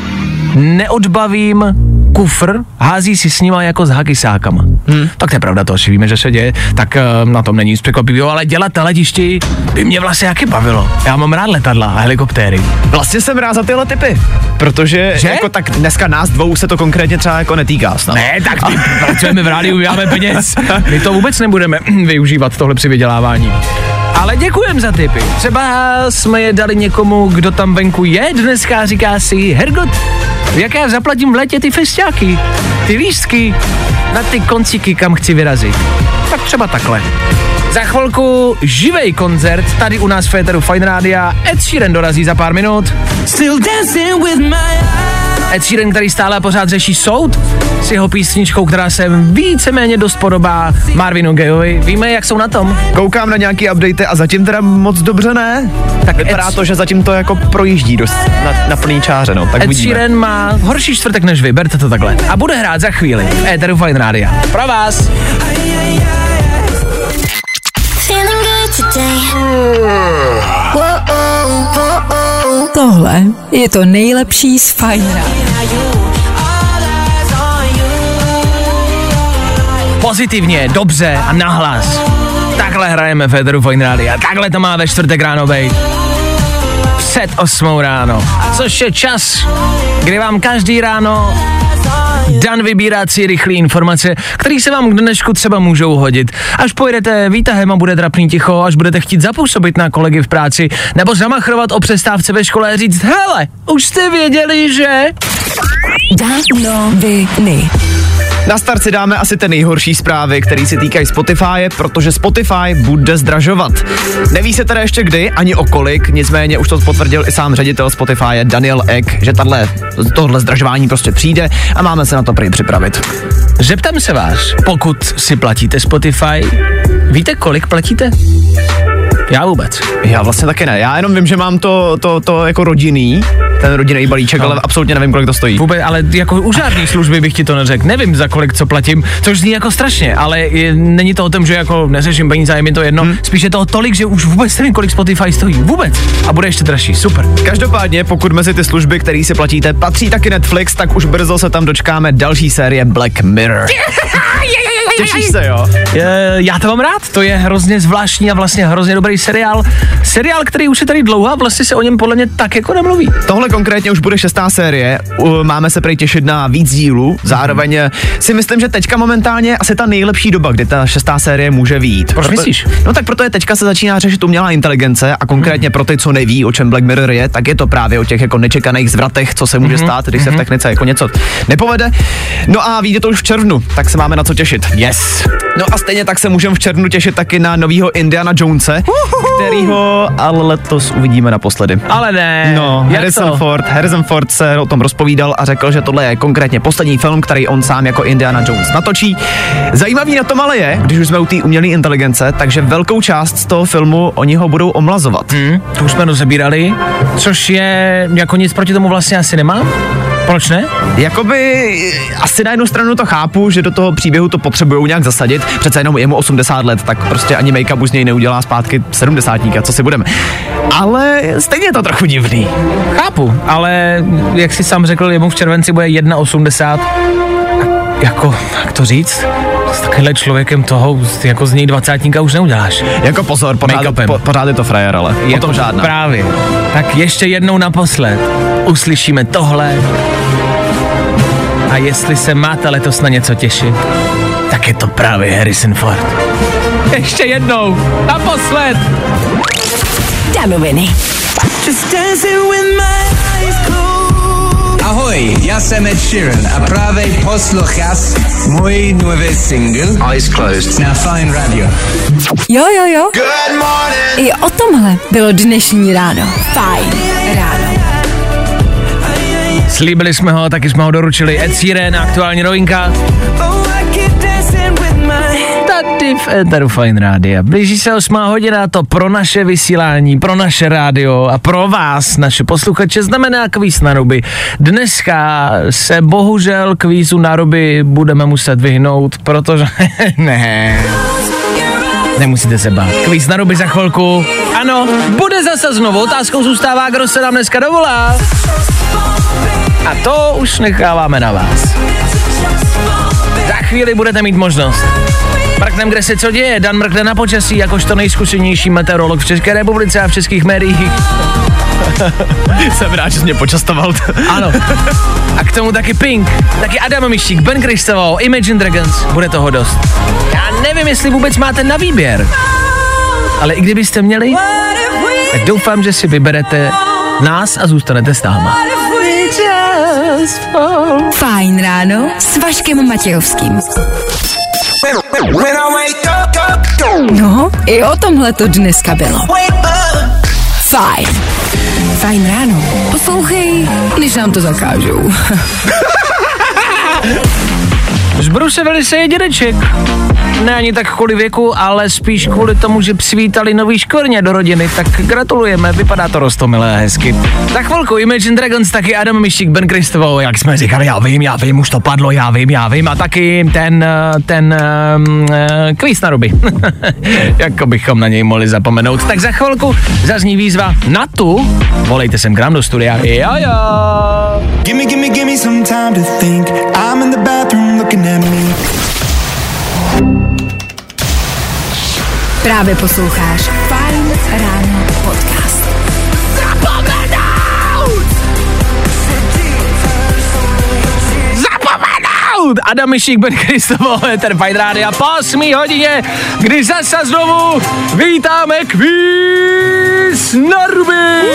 Speaker 3: neodbavím kufr, hází si s nima jako s hakisákama. Tak to je pravda, to asi víme, že se děje, tak na tom není nic překvapivého, ale dělat na letišti by mě vlastně jaké bavilo. Já mám rád letadla a helikoptéry.
Speaker 2: Vlastně jsem rád za tyhle typy, protože jako tak dneska nás dvou se to konkrétně třeba jako netýká snad.
Speaker 3: Ne, tak my pracujeme v rádiu, máme peněz. My to vůbec nebudeme využívat tohle při vydělávání. Ale děkujem za tipy. Třeba jsme je dali někomu, kdo tam venku je dneska, říká si, Hergot, jak já zaplatím v létě ty festiáky, ty lístky na ty koncíky, kam chci vyrazit. Tak třeba takhle. Za chvilku živej koncert tady u nás v éteru Fajn Rádia. Ed Sheeran dorazí za pár minut. Ed Sheeran, který stále a pořád řeší soud s jeho písničkou, která se víceméně dost podobá Marvinu Gayovi. Víme, jak jsou na tom?
Speaker 2: Koukám na nějaký update a zatím teda moc dobře ne. Tak vypadá to, že zatím to jako projíždí dost na plný čáře, no. Tak
Speaker 3: Ed
Speaker 2: vidíme.
Speaker 3: Sheeran má horší čtvrtek než vy, berte to takhle. A bude hrát za chvíli v éteru Fajn Rádia. Pro vás.
Speaker 1: Tohle je to nejlepší z Fajn Rádia.
Speaker 3: Pozitivně, dobře a nahlas. Takhle hrajeme v éteru Fajn Rádia. Takhle to má ve čtvrtek ráno bejt. Před 8 ráno. Což je čas, kdy vám každý ráno Dan vybírá si rychlé informace, které se vám k dnešku třeba můžou hodit. Až pojedete výtahem a bude trapný ticho, až budete chtít zapůsobit na kolegy v práci, nebo zamachrovat o přestávce ve škole a říct, hele, už jste věděli, že...
Speaker 1: Danoviny.
Speaker 2: Na start si dáme asi ty nejhorší zprávy, které se týkají Spotify, protože Spotify bude zdražovat. Neví se teda ještě kdy, ani o kolik, nicméně už to potvrdil i sám ředitel Spotify Daniel Ek, že tohle zdražování prostě přijde a máme se na to prý připravit.
Speaker 3: Zeptám se vás, pokud si platíte Spotify, víte, kolik platíte? Já vůbec.
Speaker 2: Já vlastně taky ne. Já jenom vím, že mám to jako rodinný, ten rodinný balíček, ale absolutně nevím, kolik to stojí.
Speaker 3: Vůbec, ale jako u žádné služby bych ti to neřekl. Nevím, za kolik co platím, což zní jako strašně, ale není to o tom, že jako neřeším peníze a je mi to jedno. Spíš je to tolik, že už vůbec nevím, kolik Spotify stojí. Vůbec. A bude ještě dražší. Super.
Speaker 2: Každopádně, pokud mezi ty služby, které si platíte, patří taky Netflix, tak už brzo se tam dočkáme další série Black Mirror. Těšíš se, jo?
Speaker 3: Já to mám rád, to je hrozně zvláštní a vlastně hrozně dobrý seriál. Seriál, který už je tady dlouho a vlastně se o něm podle mě tak jako nemluví.
Speaker 2: Tohle Tohle konkrétně už bude 6. série, máme se prej těšit na víc dílů, zároveň si myslím, že teďka momentálně asi ta nejlepší doba, kdy ta 6. série může vyjít.
Speaker 3: Proč myslíš?
Speaker 2: No tak proto je teďka se začíná řešit umělá inteligence a konkrétně pro ty, co neví, o čem Black Mirror je, tak je to právě o těch jako nečekaných zvratech, co se může stát, když se v technice jako něco nepovede. No a vyjde to už v červnu, tak se máme na co těšit.
Speaker 3: Yes.
Speaker 2: No a stejně tak se můžeme v červnu těšit taky na novýho Indiana Jonese, kterýho ale letos uvidíme naposledy.
Speaker 3: Ale ne.
Speaker 2: No, Harrison Ford se o tom rozpovídal a řekl, že tohle je konkrétně poslední film, který on sám jako Indiana Jones natočí. Zajímavý na tom ale je, když už jsme u té umělé inteligence, takže velkou část z toho filmu oni ho budou omlazovat.
Speaker 3: To už jsme rozebírali, což je jako nic proti tomu vlastně asi nemá. Proč ne?
Speaker 2: Jakoby asi na jednu stranu to chápu, že do toho příběhu to potřebujou nějak zasadit, přece jenom je mu 80 let, tak prostě ani make-up už z něj neudělá zpátky 70, co si budeme. Ale stejně je to trochu divný.
Speaker 3: Chápu, ale jak jsi sám řekl, jemu v červenci bude 1,80. Jako, jak to říct? S takovýmhle člověkem toho, jako z něj 20 už neuděláš.
Speaker 2: Jako pozor, pořád je to frajer, ale o tom žádná.
Speaker 3: Právě. Tak ještě jednou naposled uslyšíme tohle. A jestli se máte letos na něco těšit, tak je to právě Harrison Ford. Ještě jednou, naposled.
Speaker 1: Danoviny.
Speaker 4: Ahoj, já jsem Ed Sheeran a právě posloucháš můj nový single Eyes Closed na Fine Radio.
Speaker 1: Jo.
Speaker 4: Good morning.
Speaker 1: I o tomhle bylo dnešní ráno. Fajn ráno.
Speaker 3: Slíbili jsme ho, taky jsme ho doručili. Ed Sheeran, aktuální novinka. Tady v éteru Fajn Rádia. Blíží se 8 hodina, to pro naše vysílání, pro naše rádio a pro vás, naše posluchače, znamená kvíz na ruby. Dneska se bohužel kvízu na ruby budeme muset vyhnout, protože... ne. Nemusíte se bát. Kvíz na ruby za chvilku. Ano, bude zase znovu. Otázkou zůstává, kdo se nám dneska dovolá. A to už necháváme na vás. Za chvíli budete mít možnost. Mrknem, kde se co děje. Dan mrkne na počasí, jakožto nejzkušenější meteorolog v České republice a v českých médiích.
Speaker 2: Jsem rád, že jsi mě počastoval.
Speaker 3: Ano. A k tomu taky Pink, taky Adam Mišík, Ben Christovou, Imagine Dragons. Bude toho dost. Já nevím, jestli vůbec máte na výběr. Ale i kdybyste měli, tak doufám, že si vyberete nás a zůstanete s náma.
Speaker 1: Fajn ráno s Vaškem Matějovským. No, i o tomhle to dneska bylo. Fajn ráno. Poslouchej, když nám to zakážou.
Speaker 3: Zbrusevili se je dědeček. Ne ani tak kvůli věku, ale spíš kvůli tomu, že přivítali nový škorně do rodiny, tak gratulujeme, vypadá to roztomilé a hezky. Za chvilku Imagine Dragons, taky Adam Mišík, Ben Christovou, jak jsme říkali, já vím, už to padlo, já vím, a taky ten kvíz na ruby. Jako bychom na něj mohli zapomenout. Tak za chvilku zazní výzva na tu, volejte sem k nám do studia. Jo.
Speaker 8: Give me some time to think. I'm in the bathroom looking at me.
Speaker 1: Právě posloucháš Fajn ráno podcast.
Speaker 3: Zapomenout! Adam Mišík, Ben Christovou, ten Fajn Rádia po 8 hodině, kdy zase znovu vítáme kvíz na ruby!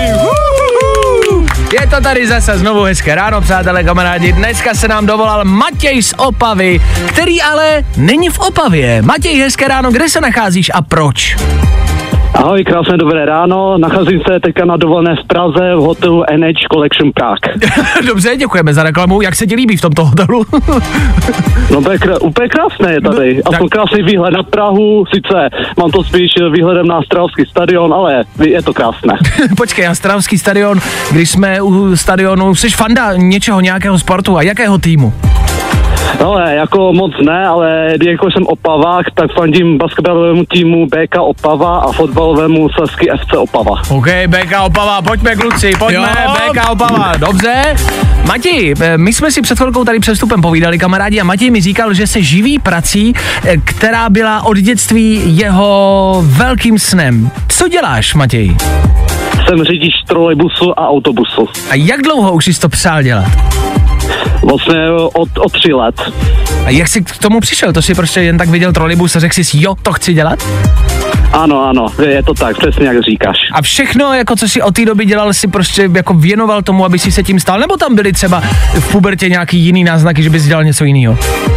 Speaker 3: Je to tady zase znovu hezké ráno, přátelé, kamarádi. Dneska se nám dovolal Matěj z Opavy, který ale není v Opavě. Matěj, hezké ráno, kde se nacházíš a proč?
Speaker 9: Ahoj, krásné dobré ráno. Nacházím se teďka na dovolené v Praze v hotelu NH Collection Park.
Speaker 3: Dobře, děkujeme za reklamu. Jak se ti líbí v tomto hotelu?
Speaker 9: No úplně krásné je tady. A to krásný výhled na Prahu, sice mám to spíš výhledem na Strahovský stadion, ale je to krásné.
Speaker 3: Počkej, a Strahovský stadion, když jsme u stadionu, jsi fanda nějakého sportu a jakého týmu?
Speaker 9: No jako moc ne, ale jako jsem Opavák, tak fandím basketbalovému týmu BK Opava a fotbalovému Slezský FC Opava.
Speaker 3: OK, BK Opava, pojďme kluci, pojďme, BK Opava, dobře. Matěj, my jsme si před chvilkou tady před vstupem povídali, kamarádi, a Matěj mi říkal, že se živí prací, která byla od dětství jeho velkým snem. Co děláš, Matěj?
Speaker 9: jsem řidič trolejbusu a autobusu.
Speaker 3: A jak dlouho už jsi to přál dělat?
Speaker 9: Vlastně od 3 let.
Speaker 3: A jak jsi k tomu přišel? To jsi prostě jen tak viděl trolejbus a řekl jsi, jo, to chci dělat?
Speaker 9: Ano, je to tak, přesně jak říkáš.
Speaker 3: A všechno, jako co jsi od té doby dělal, si prostě jako věnoval tomu, aby si se tím stal? Nebo tam byly třeba v pubertě nějaký jiný náznaky, že bys dělal něco jiného?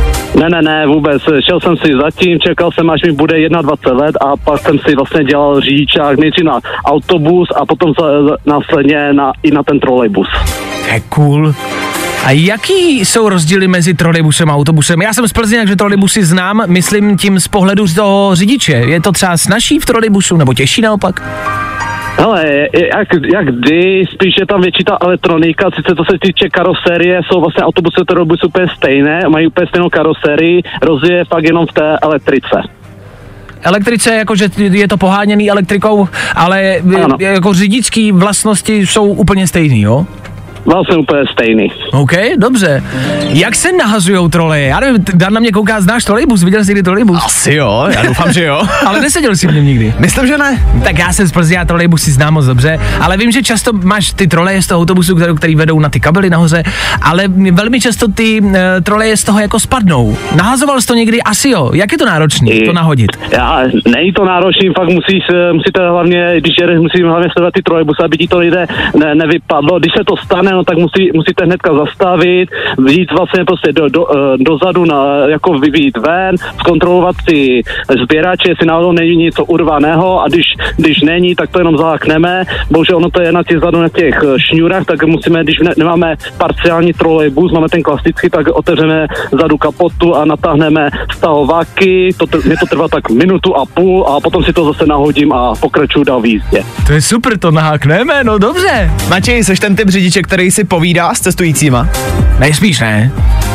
Speaker 9: Ne, vůbec. Šel jsem si zatím, čekal jsem, až mi bude 21 let a pak jsem si vlastně dělal řidičák nejdřív na autobus a potom následně i na ten trolejbus.
Speaker 3: To je cool. A jaký jsou rozdíly mezi trolejbusem a autobusem? Já jsem z Plzně, takže trolejbusy znám, myslím tím z pohledu z toho řidiče. Je to třeba snazší v trolejbusu, nebo těžší naopak?
Speaker 9: Hele, jak kdy, spíš je tam větší ta elektronika, sice co se týče karosérie, jsou vlastně autobusy a trolejbusy úplně stejné, mají úplně stejnou karosérii, rozdíl je fakt jenom v té elektrice.
Speaker 3: Elektrice, jakože je to poháněný elektrikou, ale jako řidičský vlastnosti jsou úplně stejný, jo?
Speaker 9: Vlastně úplně stejný.
Speaker 3: OK, dobře. Jak se nahazujou troleje? Já nevím, Dan na mě kouká, znáš trolejbus? Viděl jsi někdy trolejbus?
Speaker 2: Asi jo, já doufám, že jo.
Speaker 3: Ale neseděl jsi v něm nikdy?
Speaker 2: Myslím, že ne.
Speaker 3: Tak já jsem z Plzně, já trolejbusy znám moc dobře, ale vím, že často máš ty troleje z toho autobusu, který vedou na ty kabely nahoře, ale velmi často ty troleje z toho jako spadnou. Nahazoval jsi to někdy? Asi jo. Jak je to náročný to nahodit?
Speaker 9: Není to náročný, fakt musíte hlavně, když jedeš, musíte hlavně sledovat ty trolejbusy, aby ti to nevypadlo. Když se to stane, no tak musíte hnedka zastavit, jít vlastně prostě dozadu, jako vyjít ven, zkontrolovat ty sběrače, jestli náhodou není něco urvaného a když není, tak to jenom zahákneme. Bohužel ono to je na těch šňůrách, tak musíme, když nemáme parciální trolejbus, máme ten klasický, tak otevřeme zadu kapotu a natáhneme stahováky, mě to trvá tak 1,5 minuty a potom si to zase nahodím a pokračuju dál v jízdě.
Speaker 3: To je super, to nahákneme, no dobře.
Speaker 2: Matěj, seš ten typ řidiče, který si povídá s cestujícíma?
Speaker 3: Nejspíš ne.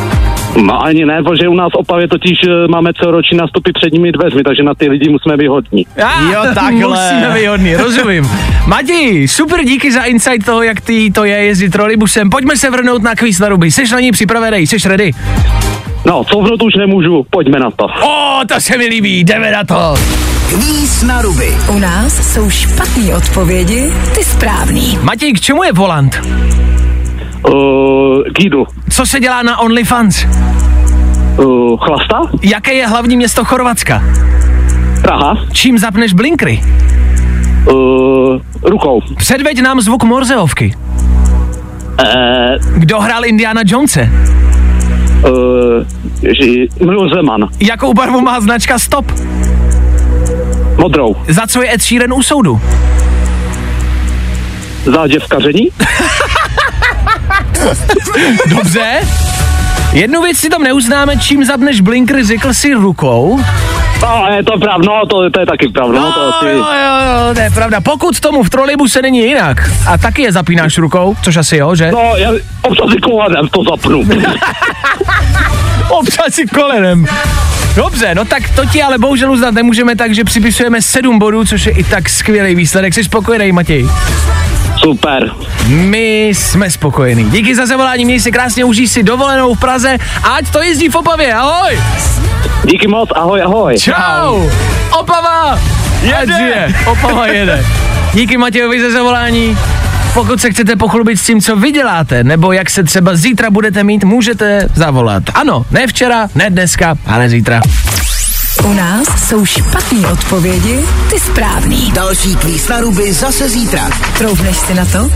Speaker 9: No ani ne, protože u nás v Opavě totiž máme celoroční nástupy předními dveřmi, takže na ty lidi musíme být hodní.
Speaker 2: Jo, takhle.
Speaker 3: Musíme být hodní, rozumím. Matěj, super, díky za insight toho, jak ty to je jezdit trolejbusem. Pojďme se vrhnout na kvíz na ruby. Seš na ní připravený, seš ready?
Speaker 9: No, couvnout už nemůžu, pojďme na to.
Speaker 3: To se mi líbí, jdeme na to.
Speaker 1: Kvíz na ruby. U nás jsou špatné odpovědi, ty správný.
Speaker 3: Matěj, k čemu je volant?
Speaker 9: K jídlu.
Speaker 3: Co se dělá na OnlyFans?
Speaker 9: Chlasta?
Speaker 3: Jaké je hlavní město Chorvatska?
Speaker 9: Praha.
Speaker 3: Čím zapneš blinkry?
Speaker 9: Rukou.
Speaker 3: Předveď nám zvuk Morzeovky. Kdo hrál Indiana Jonese?
Speaker 9: Miloš Zeman.
Speaker 3: Jakou barvu má značka Stop?
Speaker 9: Modrou.
Speaker 3: Za co je Ed Sheeran u soudu?
Speaker 9: Za děvkaření?
Speaker 3: Dobře. Jednu věc si tam neuznáme, čím zapneš blinkry, řekl si rukou.
Speaker 9: Je to pravda, no to je taky pravda.
Speaker 3: Jo, to je pravda. Pokud tomu v trolejbuse není jinak a taky je zapínáš rukou, což asi jo, že?
Speaker 9: No, já občas si kolenem to zapnu.
Speaker 3: Občas si kolenem. Dobře, no tak to ti ale bohužel uznat nemůžeme, takže připisujeme 7 bodů, což je i tak skvělý výsledek. Jsi spokojený, Matěj?
Speaker 9: Super.
Speaker 3: My jsme spokojení. Díky za zavolání, měj si krásně, užij si dovolenou v Praze a ať to jezdí v Opavě, ahoj!
Speaker 9: Díky moc, ahoj.
Speaker 3: Čau! Opava! Jede! Opava jede. Díky Matějovi za zavolání. Pokud se chcete pochlubit s tím, co vy děláte, nebo jak se třeba zítra budete mít, můžete zavolat. Ano, ne včera, ne dneska, ale zítra.
Speaker 1: U nás jsou špatné odpovědi, ty správný.
Speaker 10: Další kvíz na ruby zase zítra.
Speaker 1: Troufneš si na to?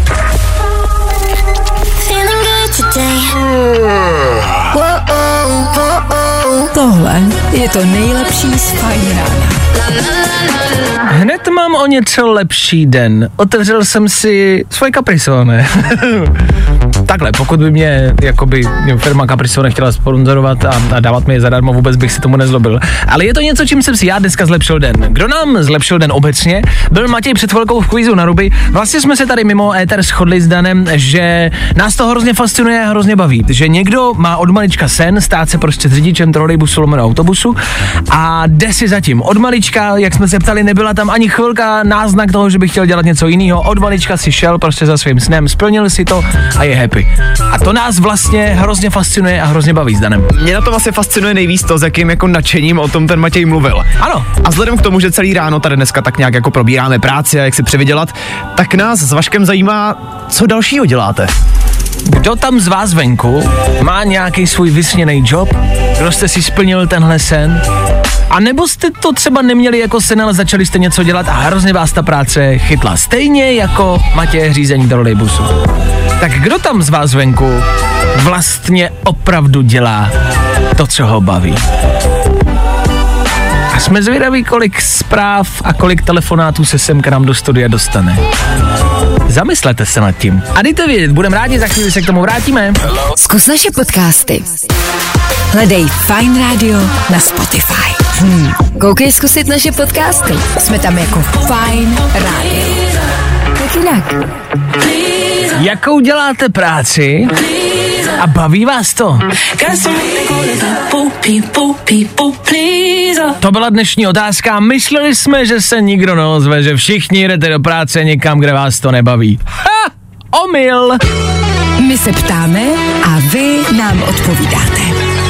Speaker 1: Tohle je to nejlepší z Fajn rána.
Speaker 3: Hned mám o něco lepší den. Otevřel jsem si svoje Caprisone. Takhle, pokud by mě jakoby firma Caprisone chtěla sponzorovat a dávat mi je zadarmo, vůbec bych si tomu nezlobil. Ale je to něco, čím jsem si já dneska zlepšil den. Kdo nám zlepšil den obecně? Byl Matěj před chvilkou v kvízu na ruby. Vlastně jsme se tady mimo éter shodli s Danem, že nás to hrozně fascinuje a hrozně baví. Že někdo má od malička sen stát se prostě řidičem trolejbusu lomeno autobusu a jde si zatím. Od malička, jak jsme se ptali, nebyla tam ani chvilka chvilka náznak toho, že by chtěl dělat něco jiného, od malička si šel prostě za svým snem, splnil si to a je happy. A to nás vlastně hrozně fascinuje a hrozně baví s Danem.
Speaker 2: Mě na tom asi fascinuje nejvíc to, s jakým jako nadšením o tom ten Matěj mluvil.
Speaker 3: Ano.
Speaker 2: A vzhledem k tomu, že celý ráno tady dneska tak nějak jako probíráme práci a jak si přivydělat, tak nás s Vaškem zajímá, co dalšího děláte.
Speaker 3: Kdo tam z vás venku má nějaký svůj vysněný job? Kdo jste si splnil tenhle sen? A nebo jste to třeba neměli jako sen, ale začali jste něco dělat a hrozně vás ta práce chytla. Stejně jako Matěj řízení trolejbusu. Tak kdo tam z vás venku vlastně opravdu dělá to, co ho baví? A jsme zvědaví, kolik zpráv a kolik telefonátů se sem k nám do studia dostane. Zamyslete se nad tím. A dejte vědět, budeme rádi, za chvíli se k tomu vrátíme.
Speaker 1: Zkus naše podcasty. Hledej Fine Radio na Spotify. Koukej zkusit naše podcasty. Jsme tam jako Fine Radio. Jak jinak?
Speaker 3: Jakou děláte práci a baví vás to? To byla dnešní otázka. Mysleli jsme, že se nikdo neozve, že všichni jdete do práce někam, kde vás to nebaví. Ha! Omyl!
Speaker 1: My se ptáme a vy nám odpovídáte.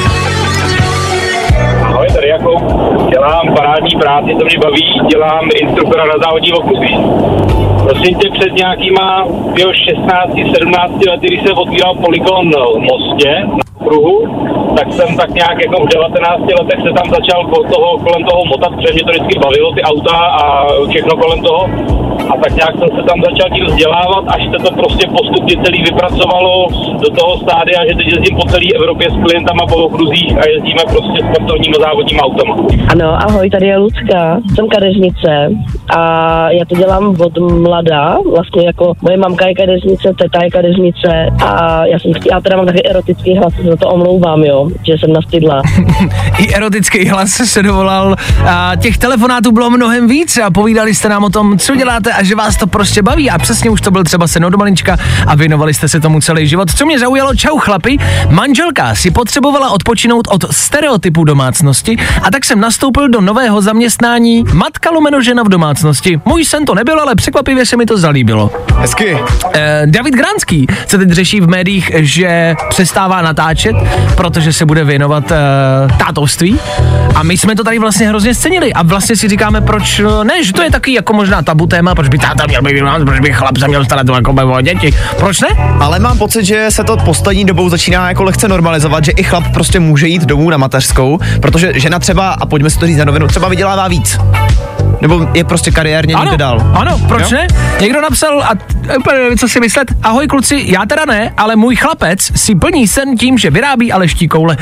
Speaker 11: Ahoj, tady jako dělám parádní práci, to mě baví, dělám instruktora na závodní okruhy. Prosím tě, před nějakýma 16-17 lety, když se otvíral polygon v Mostě na okruhu, tak jsem tak nějak jako v 19 letech se tam začal kolem toho motat, protože mě to vždycky bavilo, ty auta a všechno kolem toho. A tak nějak jsem se tam začal tím vzdělávat, až se to prostě postupně celý vypracovalo do toho stádia, že teď jezdím po celé Evropě s klientama po okruzích a jezdíme prostě sportovníma závodníma autama.
Speaker 12: Ano, ahoj, tady je Lucka, jsem kadeřnice a já to dělám od mladá, vlastně jako moje mamka je kadeřnice, teta je kadeřnice a já teda mám taky erotický hlas, za to omlouvám, jo, že jsem nastydla.
Speaker 3: I erotický hlas se dovolal a těch telefonátů bylo mnohem víc a povídali jste nám o tom, co děláte a že vás to prostě baví a přesně už to byl třeba sen od malička a věnovali jste se tomu celý život. Co mě zaujalo, čau chlapi, manželka si potřebovala odpočinout od stereotypů domácnosti a tak jsem nastoupil do nového zaměstnání matka lomeno žena v domácnosti. Můj sen to nebyl, ale překvapivě se mi to zalíbilo.
Speaker 2: Hezky.
Speaker 3: David Gránský se teď řeší v médiích, že přestává natáčet, protože se bude věnovat tátovství a my jsme to tady vlastně hrozně scenili a vlastně si říkáme, proč ne, že to je taky jako možná tabu téma, proč by táta měl být, proč by chlap se měl starat jako o děti, proč ne?
Speaker 2: Ale mám pocit, že se to poslední dobou začíná jako lehce normalizovat, že i chlap prostě může jít domů na mateřskou, protože žena třeba, a pojďme si to říct na rovinu, třeba vydělává víc. Nebo je prostě kariérně někde dál.
Speaker 3: Ano, proč ne? Někdo napsal, a co si myslet, ahoj kluci, já teda ne, ale můj chlapec si plní sen tím, že vyrábí a leští koule.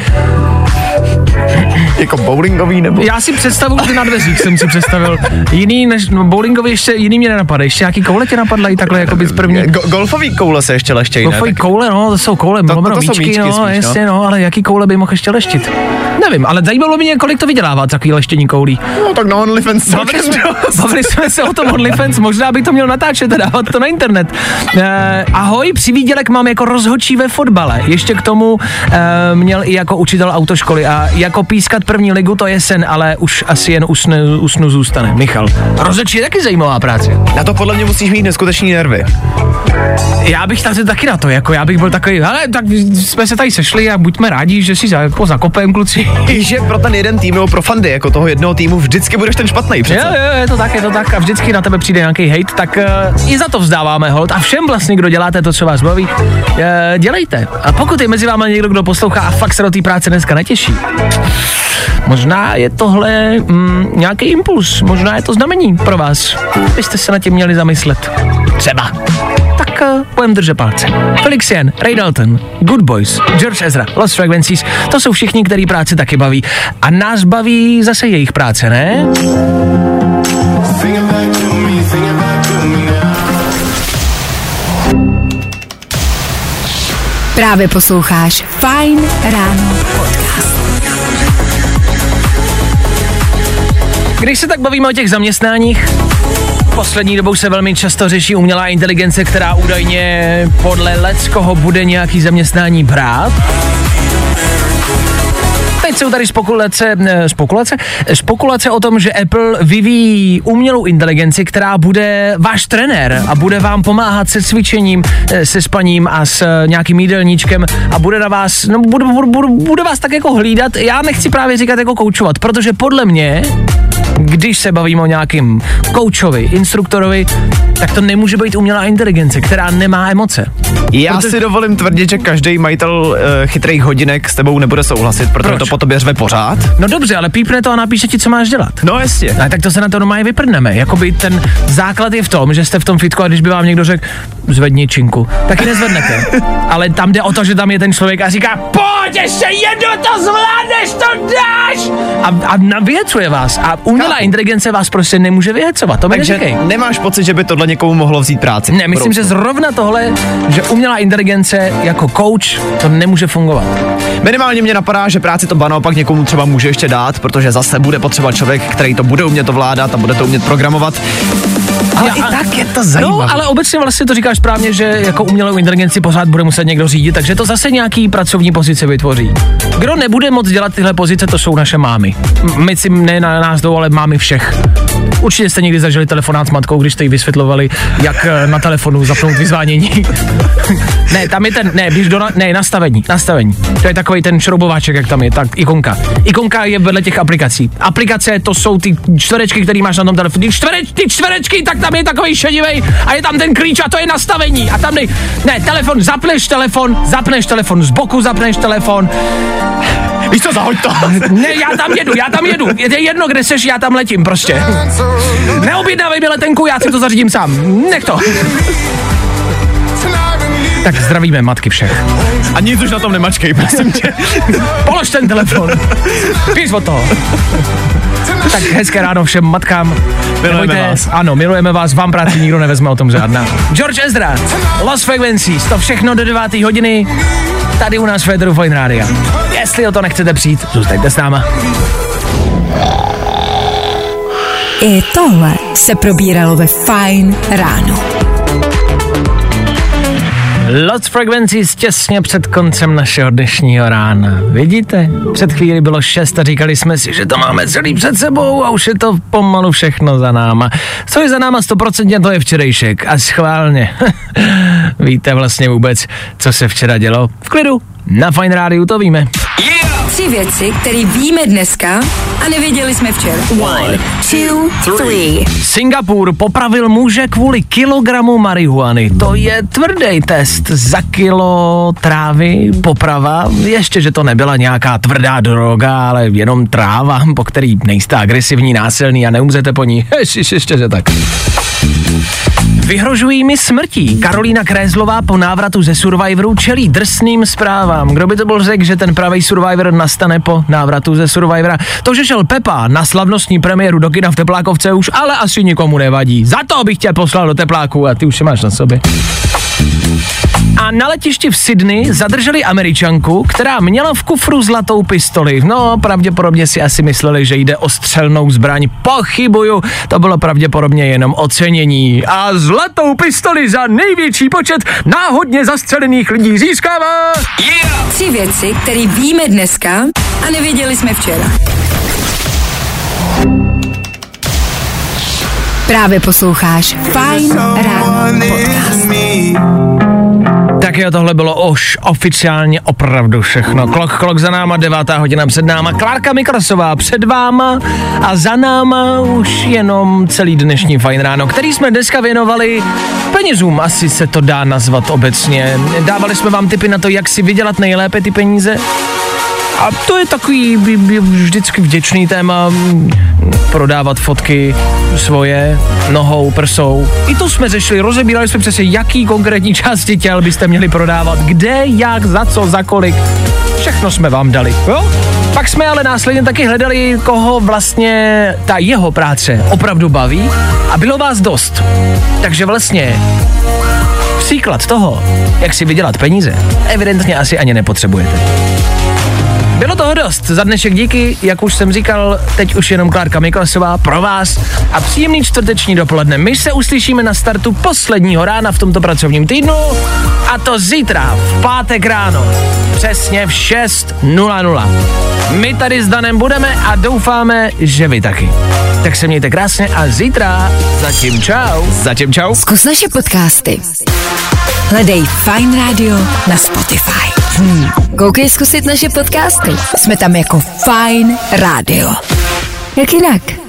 Speaker 2: Jako bowlingový nebo?
Speaker 3: Já si představuju, že na dveřích jsem si představil. Jiný než bowlingový ještě jiný mě nenapadají. Ještě nějaký koule tě napadly takhle jako být první.
Speaker 2: Golfový koule se ještě leštějí, ne?
Speaker 3: Golfový koule, no, to jsou koule,
Speaker 2: to jsou
Speaker 3: míčky, no,
Speaker 2: spíš,
Speaker 3: jasně, no, ale jaký koule by mohl ještě leštit? Nevím, ale zajímalo mě, kolik to vydělává takový leštění koulí.
Speaker 2: No tak na OnlyFans.
Speaker 3: Bavili jsme se o tom OnlyFans, možná by to měl natáčet a dávat to na internet. Ahoj, při výdělek mám jako rozhodčí ve fotbale. Ještě k tomu měl i jako učitel autoškoly a jako pískat první ligu, to je sen, ale už asi jen usnu zůstane. Michal, rozhodčí je taky zajímavá práce.
Speaker 2: Na to podle mě musíš mít neskutečný nervy.
Speaker 3: Já bych taky na to, jako já bych byl takový, ale tak jsme se tady sešli a buďme rádi, že si jako zakopem, kluci.
Speaker 2: Že pro ten jeden tým nebo pro fandy jako toho jednoho týmu vždycky budeš ten špatnej přece.
Speaker 3: Jo, je to tak a vždycky na tebe přijde nějaký hejt, tak i za to vzdáváme hold a všem vlastně, kdo děláte to, co vás baví, dělejte. A pokud je mezi vámi někdo, kdo poslouchá a fakt se do té práce dneska netěší, možná je tohle nějaký impuls, možná je to znamení pro vás. Byste se na tím měli zamyslet. Třeba. Tak budem držet palce. Felix Jan, Ray Dalton, Good Boys, George Ezra, Lost Frequencies, to jsou všichni, který práci taky baví. A nás baví zase jejich práce, ne?
Speaker 1: Právě posloucháš Fajn ráno podcast.
Speaker 3: Když se tak bavíme o těch zaměstnáních, poslední dobou se velmi často řeší umělá inteligence, která údajně podle leckoho bude nějaký zaměstnání brát. Teď jsou tady spekulace o tom, že Apple vyvíjí umělou inteligenci, která bude váš trenér a bude vám pomáhat se cvičením, se spaním a s nějakým jídelníčkem a bude na vás, bude vás tak jako hlídat. Já nechci právě říkat jako koučovat, protože podle mě, když se bavíme o nějakým koučovi, instruktorovi, tak to nemůže být umělá inteligence, která nemá emoce.
Speaker 2: Já si dovolím tvrdit, že každý majitel chytrých hodinek s tebou nebude souhlasit, protože to po tobě řve pořád.
Speaker 3: No dobře, ale pípne to a napíše ti, co máš dělat.
Speaker 2: No jasně.
Speaker 3: A tak to se na to normálně vyprdneme. Jakoby ten základ je v tom, že jste v tom fitku a když by vám někdo řekl, zvedni činku, tak ji nezvednete. Ale tam jde o to, že tam je ten člověk a říká, pojď, ještě jednu, to zvládneš, to dáš! A navěcuje vás. A umělá inteligence vás prostě nemůže vyhecovat. To mi neříkej.
Speaker 2: Nemáš pocit, že by tohle někomu mohlo vzít práci?
Speaker 3: Ne, myslím, že zrovna tohle, že umělá inteligence jako coach, to nemůže fungovat.
Speaker 2: Minimálně mě napadá, že práci to naopak někomu třeba může ještě dát, protože zase bude potřeba člověk, který to bude umět ovládat a bude to umět programovat. Ale i tak je to zajímavé.
Speaker 3: No, ale obecně vlastně to říkáš správně, že jako umělou inteligenci pořád bude muset někdo řídit, takže to zase nějaký pracovní pozice vytvoří. Kdo nebude moc dělat tyhle pozice, to jsou naše mámy. My si ne na nás jdou, ale mámy všech. Určitě jste někdy zažili telefonát s matkou, když jste jí vysvětlovali, jak na telefonu zapnout vyzvánění. Ne, tam je ten, nastavení. To je takový ten šroubováček, jak tam je, tak ikonka. Ikonka je vedle těch aplikací. Aplikace, to jsou ty čtverečky, které máš na tom telefonu. Ty čtverečky, tak tam je takový šedivej a je tam ten klíč a to je nastavení. A tam telefon, zapneš telefon, z boku zapneš telefon.
Speaker 2: Víš co, zahoď to.
Speaker 3: Ne, já tam jedu. Je jedno, kde seš, já tam letím prostě. Neobjednávej mi letenku, já si to zařídím sám. Nech to. Tak zdravíme matky všech.
Speaker 2: A nic už na tom nemačkej, prosím tě.
Speaker 3: Polož ten telefon. Píš o toho. Tak hezké ráno všem matkám.
Speaker 2: Milujeme vás.
Speaker 3: Ano, milujeme vás, vám práci nikdo nevezme, o tom žádná. George Ezra, Lost Frequencies, to všechno do 9. hodiny. Tady u nás v Féteru Fajn Rádia. Jestli o to nechcete přijít, zůstaňte s náma.
Speaker 1: I tohle se probíralo ve Fajn ráno.
Speaker 3: Lost Frequencies těsně před koncem našeho dnešního rána. Vidíte? Před chvíli bylo 6 a říkali jsme si, že to máme celý před sebou a už je to pomalu všechno za náma. Co je za náma 100%, to je včerejšek. A schválně. Víte vlastně vůbec, co se včera dělo? V klidu. Na Fajn rádiu to víme.
Speaker 1: 3 věci, které víme dneska a nevěděli jsme včera. 1, 2, 3.
Speaker 3: Singapur popravil muže kvůli kilogramu marihuany. To je tvrdý test. Za kilo trávy poprava. Ještě, že to nebyla nějaká tvrdá droga, ale jenom tráva, po který nejste agresivní, násilný a neumřete po ní. Ještě, že tak. Vyhrožují mi smrtí. Karolína Krézlová po návratu ze Survivoru čelí drsným zprávám. Kdo by to byl řekl, že ten pravý Survivor nastane po návratu ze Survivora? To, že šel Pepa na slavnostní premiéru do kina v Teplákovce už ale asi nikomu nevadí. Za to bych tě poslal do Tepláku a ty už je máš na sobě. A na letišti v Sydney zadrželi Američanku, která měla v kufru zlatou pistoli. No, pravděpodobně si asi mysleli, že jde o střelnou zbraň. Pochybuju, to bylo pravděpodobně jenom ocenění. A zlatou pistoli za největší počet náhodně zastřelených lidí získává...
Speaker 1: 3 věci, které víme dneska a nevěděli jsme včera. Právě posloucháš Fajn ráno podcast.
Speaker 3: Tak jo, tohle bylo už oficiálně opravdu všechno. Klok za náma, 9. hodina před náma. Klárka Mikrosová před váma a za náma už jenom celý dnešní Fajn ráno, který jsme dneska věnovali penězům, asi se to dá nazvat obecně. Dávali jsme vám tipy na to, jak si vydělat nejlépe ty peníze. A to je takový vždycky vděčný téma, prodávat fotky svoje, nohou, prsou. I to jsme řešili, rozebírali jsme přesně, jaký konkrétní části těl byste měli prodávat, kde, jak, za co, za kolik. Všechno jsme vám dali, jo? Pak jsme ale následně taky hledali, koho vlastně ta jeho práce opravdu baví a bylo vás dost. Takže vlastně příklad toho, jak si vydělat peníze, evidentně asi ani nepotřebujete. Bylo toho dost. Za dnešek díky, jak už jsem říkal, teď už jenom Klárka Miklasová pro vás a příjemný čtvrteční dopoledne. My se uslyšíme na startu posledního rána v tomto pracovním týdnu a to zítra v pátek ráno. Přesně v 6:00. My tady s Danem budeme a doufáme, že vy taky. Tak se mějte krásně a zítra. Zatím čau.
Speaker 2: Zatím čau.
Speaker 1: Zkus naše podcasty. Hledej Fajn Radio na Spotify. Koukej zkusit naše podcasty. Jsme tam jako Fajn Radio. Jak jinak?